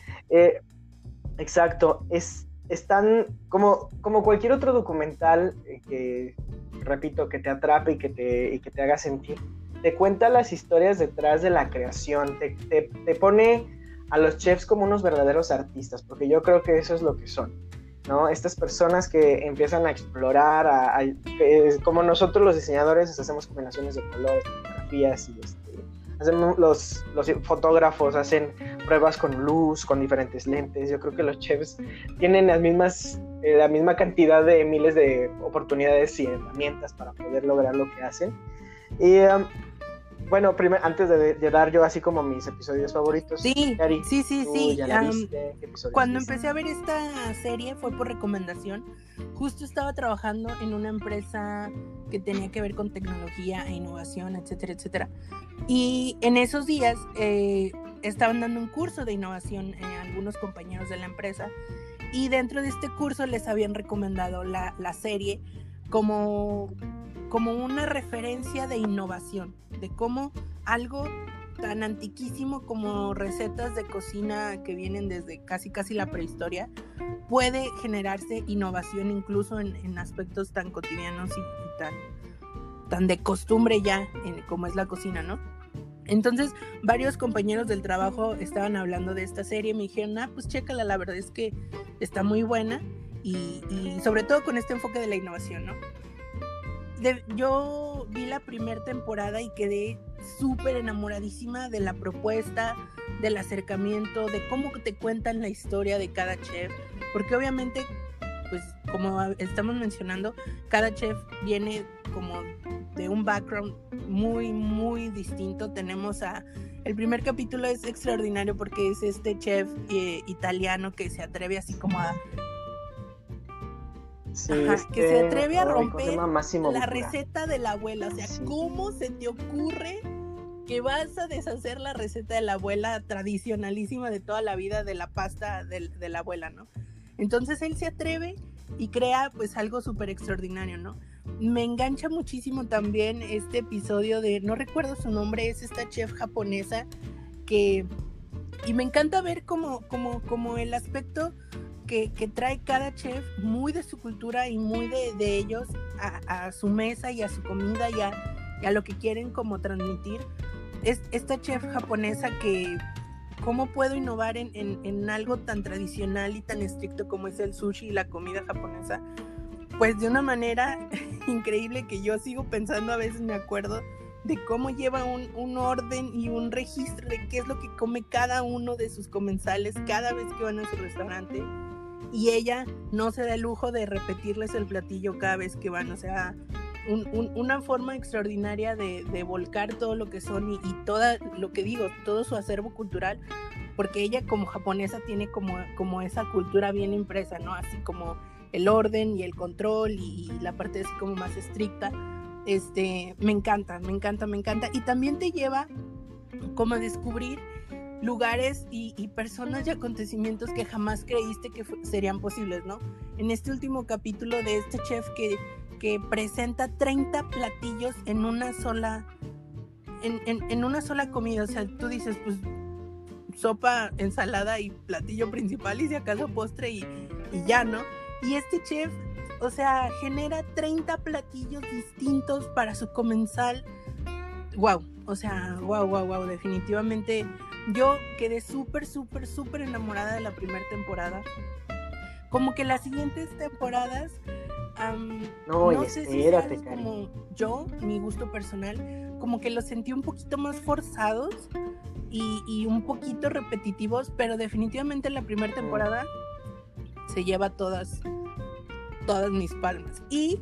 Exacto, es tan como cualquier otro documental que, repito, que te atrape y que te haga sentir. Te cuenta las historias detrás de la creación, te pone a los chefs como unos verdaderos artistas, porque yo creo que eso es lo que son, ¿no? Estas personas que empiezan a explorar, como nosotros los diseñadores hacemos combinaciones de colores, fotografías y hacen los fotógrafos hacen pruebas con luz, con diferentes lentes. Yo creo que los chefs tienen la misma cantidad de miles de oportunidades y herramientas para poder lograr lo que hacen. Y bueno, antes de dar yo así como mis episodios favoritos, Sí, Cari, sí. ¿ya la viste? ¿Qué episodios Cuando viste? empecé a ver esta serie fue por recomendación. Justo estaba trabajando en una empresa que tenía que ver con tecnología e innovación, etcétera, etcétera. Y en esos días estaban dando un curso de innovación algunos compañeros de la empresa, y dentro de este curso les habían recomendado la serie como una referencia de innovación, de cómo algo tan antiquísimo como recetas de cocina que vienen desde casi la prehistoria puede generarse innovación incluso en aspectos tan cotidianos y tan de costumbre ya como es la cocina, ¿no? Entonces varios compañeros del trabajo estaban hablando de esta serie y me dijeron, pues chécala, la verdad es que está muy buena y sobre todo con este enfoque de la innovación, ¿no? Yo vi la primera temporada y quedé súper enamoradísima de la propuesta, del acercamiento, de cómo te cuentan la historia de cada chef, porque obviamente, pues como estamos mencionando, cada chef viene como de un background muy, muy distinto. El primer capítulo es extraordinario porque es este chef italiano que se atreve así como a... Sí, que se atreve a romper la receta de la abuela. O sea, sí. ¿Cómo se te ocurre que vas a deshacer la receta de la abuela tradicionalísima de toda la vida de la pasta de la abuela, ¿no? Entonces él se atreve y crea pues algo súper extraordinario, ¿no? Me engancha muchísimo también este episodio no recuerdo su nombre, es esta chef japonesa y me encanta ver como el aspecto que trae cada chef muy de su cultura y muy de ellos a su mesa y a su comida y a lo que quieren como transmitir. Es esta chef japonesa que cómo puedo innovar en algo tan tradicional y tan estricto como es el sushi y la comida japonesa, pues de una manera increíble que yo sigo pensando, a veces me acuerdo de cómo lleva un orden y un registro de qué es lo que come cada uno de sus comensales cada vez que van a su restaurante. Y ella no se da el lujo de repetirles el platillo cada vez que van, o sea, una forma extraordinaria de volcar todo lo que son y todo lo que digo, todo su acervo cultural, porque ella como japonesa tiene como esa cultura bien impresa, ¿no? Así como el orden y el control y la parte así como más estricta. Me encanta. Y también te lleva como a descubrir lugares y personas y acontecimientos que jamás creíste que serían posibles, ¿no? En este último capítulo de este chef que presenta 30 platillos en una sola comida, o sea, tú dices, pues sopa, ensalada y platillo principal y si acaso postre y ya, ¿no? Y este chef, o sea, genera 30 platillos distintos para su comensal. Wow, o sea, wow, definitivamente yo quedé súper enamorada de la primera temporada. Como que las siguientes temporadas, no sé si sea como yo, mi gusto personal, como que los sentí un poquito más forzados y un poquito repetitivos, pero definitivamente la primera temporada se lleva todas mis palmas. Y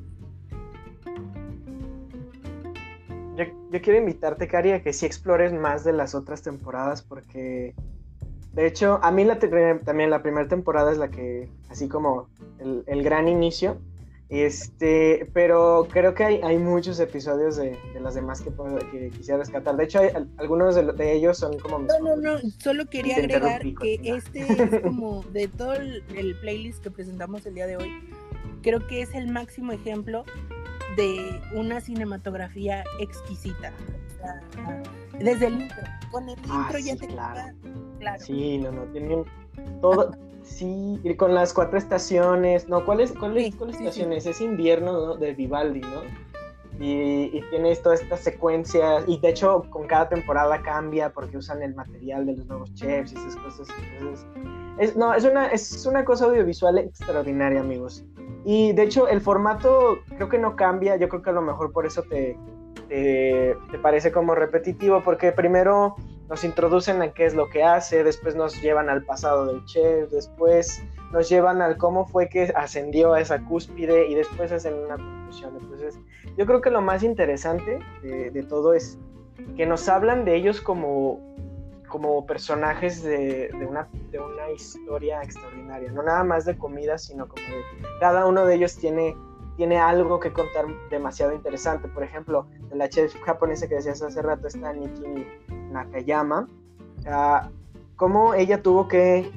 yo quiero invitarte, Cari, a que sí explores más de las otras temporadas, porque de hecho a mí también la primera temporada es la que, así como el gran inicio, Pero creo que hay muchos episodios de las demás que quisiera rescatar. De hecho, algunos de ellos son como mis No, solo quería Te agregar interrumpí, que continúa. este es como de todo el playlist que presentamos el día de hoy, creo que es el máximo ejemplo de una cinematografía exquisita. O sea, desde el intro, con el intro ya sí, te claro. queda claro. Sí, tienen todo. Sí, y con las 4 estaciones. No, ¿cuáles Sí. estaciones? Es invierno, ¿no? De Vivaldi, ¿no? Y tienes todas estas secuencias. Y de hecho, con cada temporada cambia porque usan el material de los nuevos chefs y esas cosas. Entonces, es una cosa audiovisual extraordinaria, amigos. Y de hecho, el formato creo que no cambia. Yo creo que a lo mejor por eso te parece como repetitivo, porque primero nos introducen a qué es lo que hace, después nos llevan al pasado del chef, después nos llevan al cómo fue que ascendió a esa cúspide y después hacen una conclusión. Entonces, yo creo que lo más interesante de todo es que nos hablan de ellos como personajes de una historia extraordinaria, no nada más de comida, sino como de cada uno de ellos tiene algo que contar demasiado interesante. Por ejemplo, de la chef japonesa que decías hace rato, esta Nikki Nakayama, cómo ella tuvo que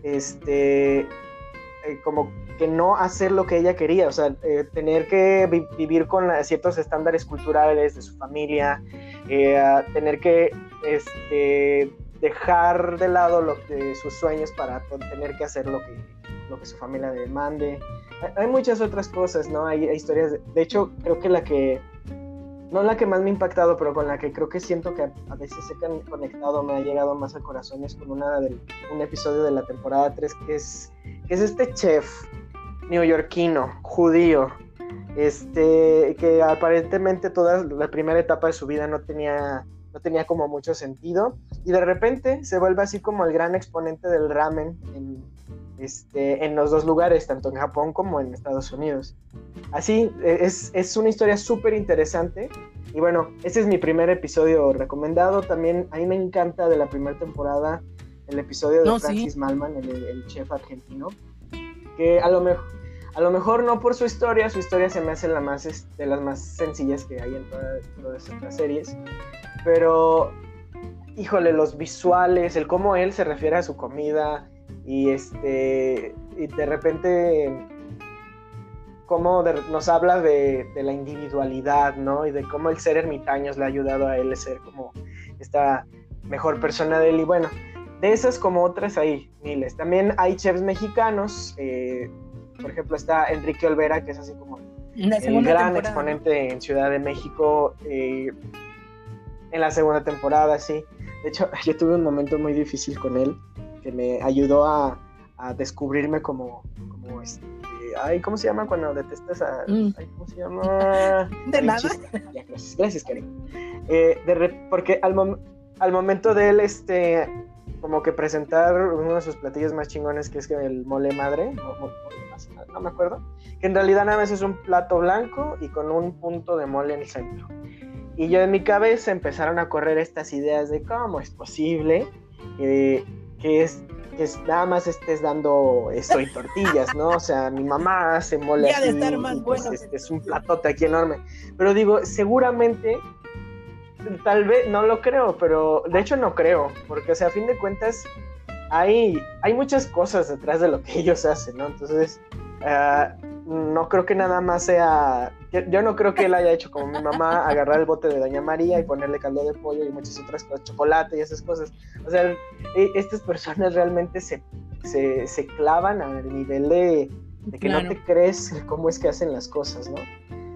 como que no hacer lo que ella quería, o sea, tener que vivir con ciertos estándares culturales de su familia, tener que dejar de lado sus sueños para tener que hacer lo que su familia le demande. Hay muchas otras cosas, ¿no? Hay historias, de hecho, creo que no la que más me ha impactado, pero con la que creo que siento que a veces he conectado, me ha llegado más al corazón, es con un episodio de la temporada 3 que es este chef neoyorquino, judío, que aparentemente toda la primera etapa de su vida no tenía como mucho sentido, y de repente se vuelve así como el gran exponente del ramen en los dos lugares, tanto en Japón como en Estados Unidos. Así, es una historia súper interesante. Y bueno, este es mi primer episodio recomendado. También a mí me encanta de la primera temporada el episodio de Francis Mallmann, el chef argentino, que a lo mejor no por su historia se me hace de las más sencillas que hay en todas estas series, pero híjole, los visuales, el cómo él se refiere a su comida, y de repente cómo nos habla de la individualidad, ¿no? Y de cómo el ser ermitaños le ha ayudado a él a ser como esta mejor persona de él. Y bueno, de esas como otras hay miles. También hay chefs mexicanos, por ejemplo está Enrique Olvera, que es así como el gran exponente en Ciudad de México, en la segunda temporada, sí. De hecho, yo tuve un momento muy difícil con él, que me ayudó a descubrirme como ¿cómo se llama cuando detestas a... ¿cómo se llama? De nada. Ya, gracias, Karen. Porque al momento de él, como que presentar uno de sus platillos más chingones, que es el mole madre, no me acuerdo, que en realidad nada más es un plato blanco y con un punto de mole en el centro. Y yo en mi cabeza empezaron a correr estas ideas de cómo es posible que nada más estés dando eso y tortillas, ¿no? O sea, mi mamá hace mole ya aquí, de estar más pues, bueno. Es un platote aquí enorme. Pero digo, seguramente, tal vez, no lo creo, pero de hecho no creo, porque, o sea, a fin de cuentas, hay muchas cosas detrás de lo que ellos hacen, ¿no? Entonces, no creo que nada más sea... Yo no creo que él haya hecho como mi mamá, agarrar el bote de Doña María y ponerle caldo de pollo y muchas otras cosas, chocolate y esas cosas. O sea, estas personas realmente se clavan al nivel de que claro, no te crees cómo es que hacen las cosas, ¿no?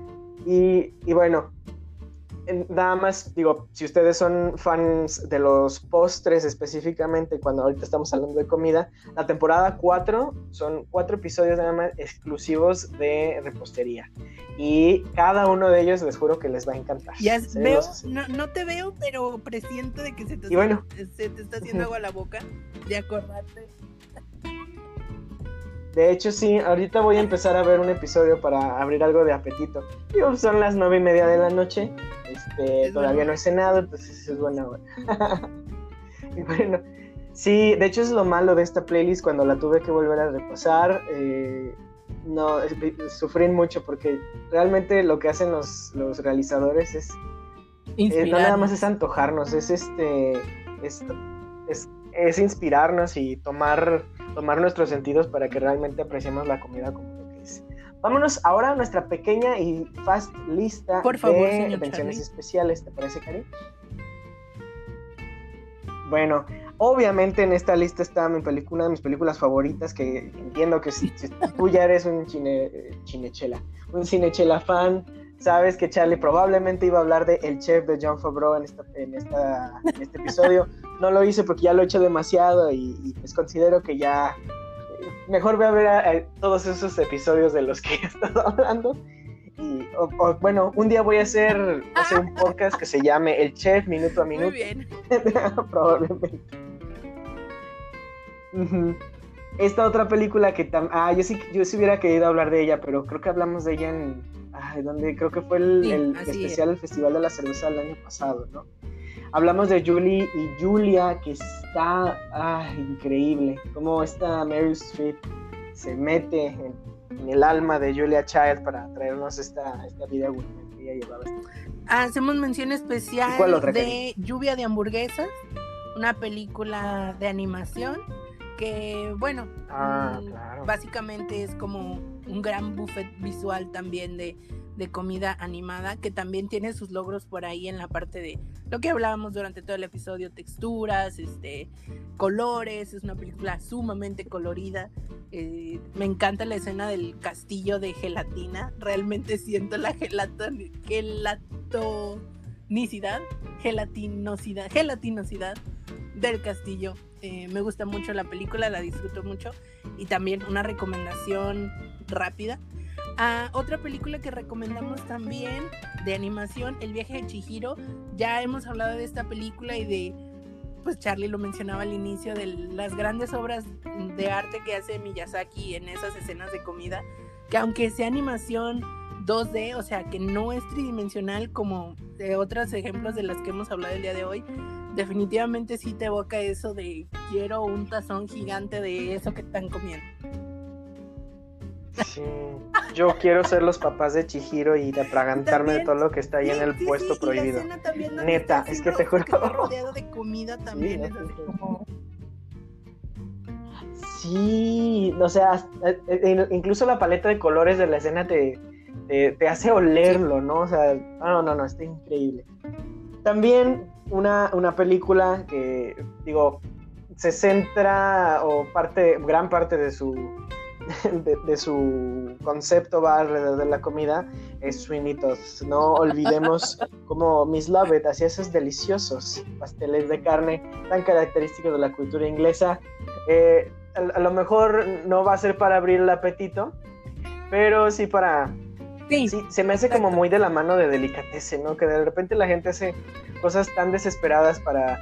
Y bueno, nada más digo, si ustedes son fans de los postres específicamente, cuando ahorita estamos hablando de comida, la temporada 4 son 4 episodios nada más exclusivos de repostería, y cada uno de ellos les juro que les va a encantar. Ya veo, no te veo, pero presiento de que se te está haciendo agua la boca de acordarte. De hecho, sí, ahorita voy a empezar a ver un episodio para abrir algo de apetito. Digo, son las 9:30 de la noche. Todavía no he cenado, entonces es buena hora. Y bueno, sí, de hecho es lo malo de esta playlist cuando la tuve que volver a repasar. sufrir mucho porque realmente lo que hacen los realizadores es no nada más es antojarnos, es inspirarnos y tomar nuestros sentidos para que realmente apreciemos la comida como lo que es. Vámonos ahora a nuestra pequeña y fast lista de menciones especiales, ¿te parece, Cari? Bueno, obviamente en esta lista está una de mis películas favoritas, que entiendo que si tú ya eres un cinechela fan, sabes que Charlie probablemente iba a hablar de El Chef de Jon Favreau en este episodio. No lo hice porque ya lo he hecho demasiado y pues considero que ya mejor voy a ver todos esos episodios de los que he estado hablando. Bueno, un día voy a hacer un podcast que se llame El Chef Minuto a Minuto. Muy bien. Probablemente. Esta otra película que yo sí hubiera querido hablar de ella, pero creo que hablamos de ella donde creo que fue el especial, el Festival de la Cerveza del año pasado, ¿no? Hablamos de Julie y Julia, que está increíble. Cómo esta Meryl Streep se mete en el alma de Julia Child para traernos esta vida gourmet que ella llevaba. Hacemos mención especial de Lluvia de Hamburguesas, una película de animación que, bueno, claro, básicamente es como un gran buffet visual también de comida animada, que también tiene sus logros por ahí en la parte de lo que hablábamos durante todo el episodio, texturas, colores. Es una película sumamente colorida. Me encanta la escena del castillo de gelatina. Realmente siento la gelatinosidad del castillo. Me gusta mucho la película, la disfruto mucho. Y también una recomendación rápida. Otra película que recomendamos también de animación, El viaje de Chihiro. Ya hemos hablado de esta película y pues Charlie lo mencionaba al inicio, de las grandes obras de arte que hace Miyazaki en esas escenas de comida, que aunque sea animación 2D, o sea que no es tridimensional como de otros ejemplos de los que hemos hablado el día de hoy, definitivamente sí te evoca eso de quiero un tazón gigante de eso que están comiendo. Sí, yo quiero ser los papás de Chihiro y de atragantarme de todo lo que está ahí en el puesto prohibido. Neta, es que te juro. Que está rodeado de comida también. Sí, es así como... Sí, o sea, incluso la paleta de colores de la escena te hace olerlo, ¿no? O sea, no, está increíble. También una película que, digo, se centra gran parte de su concepto va alrededor de la comida, es Sweeney Todd. No olvidemos cómo Miss Lovett hacía esos deliciosos pasteles de carne tan característicos de la cultura inglesa. A lo mejor no va a ser para abrir el apetito, pero sí para... Sí, se me hace como muy de la mano de delicatessen, ¿no? Que de repente la gente hace cosas tan desesperadas para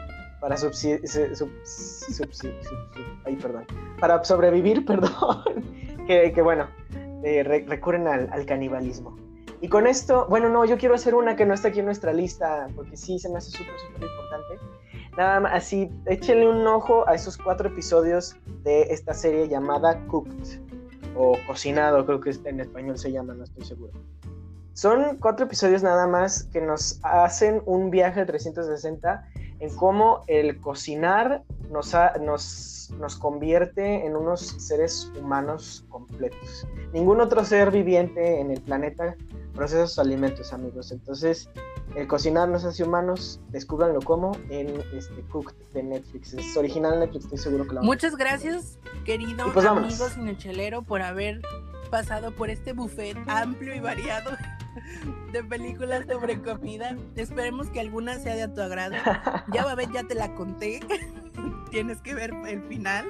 sobrevivir, que bueno, recurren al canibalismo. Y con esto, bueno, no, yo quiero hacer una que no está aquí en nuestra lista, porque sí se me hace súper importante. Nada más, así, échenle un ojo a esos 4 episodios de esta serie llamada Cooked, o Cocinado, creo que en español se llama, no estoy seguro. Son 4 episodios nada más que nos hacen un viaje de 360 en cómo el cocinar nos convierte en unos seres humanos completos. Ningún otro ser viviente en el planeta procesa sus alimentos, amigos. Entonces, el cocinar nos hace humanos. Descúbranlo como en Cooked de Netflix. Es original Netflix, estoy seguro que la van a ver. Muchas gracias, querido amigo cinechelero, por haber pasado por este buffet amplio y variado de películas sobre comida. Esperemos que alguna sea de tu agrado. Ya va a ver, ya te la conté. Tienes que ver el final.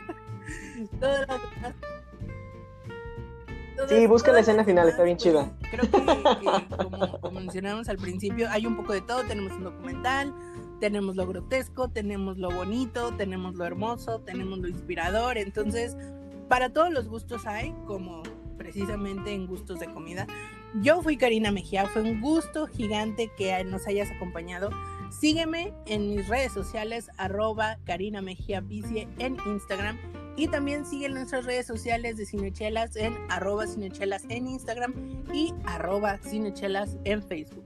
Sí, busca la escena final, está bien chida. Creo que como mencionamos al principio, hay un poco de todo. Tenemos un documental, tenemos lo grotesco, tenemos lo bonito, tenemos lo hermoso, tenemos lo inspirador. Entonces, para todos los gustos hay, como precisamente en gustos de comida. Yo fui Karina Mejía, fue un gusto gigante que nos hayas acompañado. Sígueme en mis redes sociales, @Karina Mejía Vicie en Instagram, Y también siguen nuestras redes sociales de Cinechelas en @cinechelas en Instagram y @cinechelas en Facebook.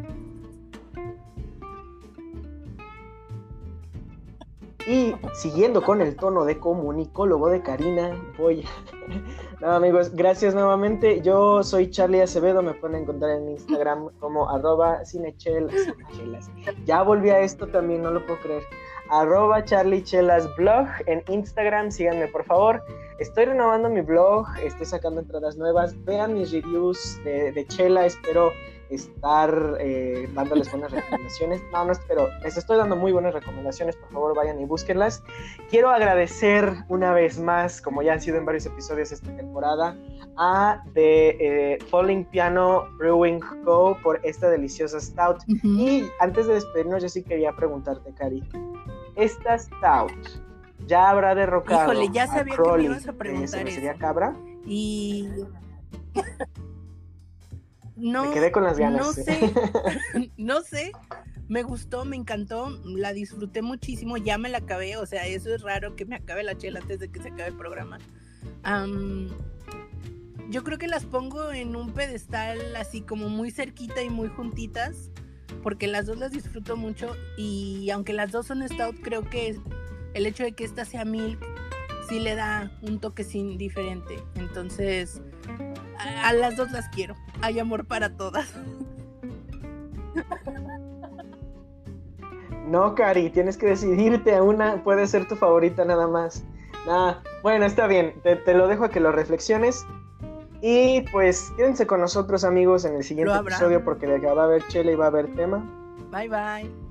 Y siguiendo con el tono de comunicólogo de Karina, voy. No, amigos, gracias nuevamente. Yo soy Charlie Acevedo, me pueden encontrar en Instagram como @cinechelas. Ya volví a esto también, no lo puedo creer. @CharlieChelasBlog en Instagram, síganme por favor. Estoy renovando mi blog, estoy sacando entradas nuevas. Vean mis reviews de chela, espero estar dándoles buenas recomendaciones. No espero, les estoy dando muy buenas recomendaciones, por favor vayan y búsquenlas. Quiero agradecer una vez más, como ya han sido en varios episodios esta temporada, a The Falling Piano Brewing Co. por esta deliciosa stout. Uh-huh. Y antes de despedirnos, yo sí quería preguntarte, Cari, esta stout ya habrá derrocado. Híjole, ya sabía que me ibas a preguntar ¿Sería eso. Cabra? Y no, me quedé con las ganas. no sé, me gustó, me encantó, la disfruté muchísimo, ya me la acabé, o sea, eso es raro que me acabe la chela antes de que se acabe el programa. Yo creo que las pongo en un pedestal así como muy cerquita y muy juntitas, porque las dos las disfruto mucho, y aunque las dos son stout, creo que el hecho de que esta sea milk sí le da un toque diferente. Entonces, a las dos las quiero. Hay amor para todas. No, Cari, tienes que decidirte a una, puede ser tu favorita nada más. Bueno, está bien, te lo dejo a que lo reflexiones. Y pues quédense con nosotros, amigos, en el siguiente episodio, porque de acá va a haber chela y va a haber tema. Bye bye.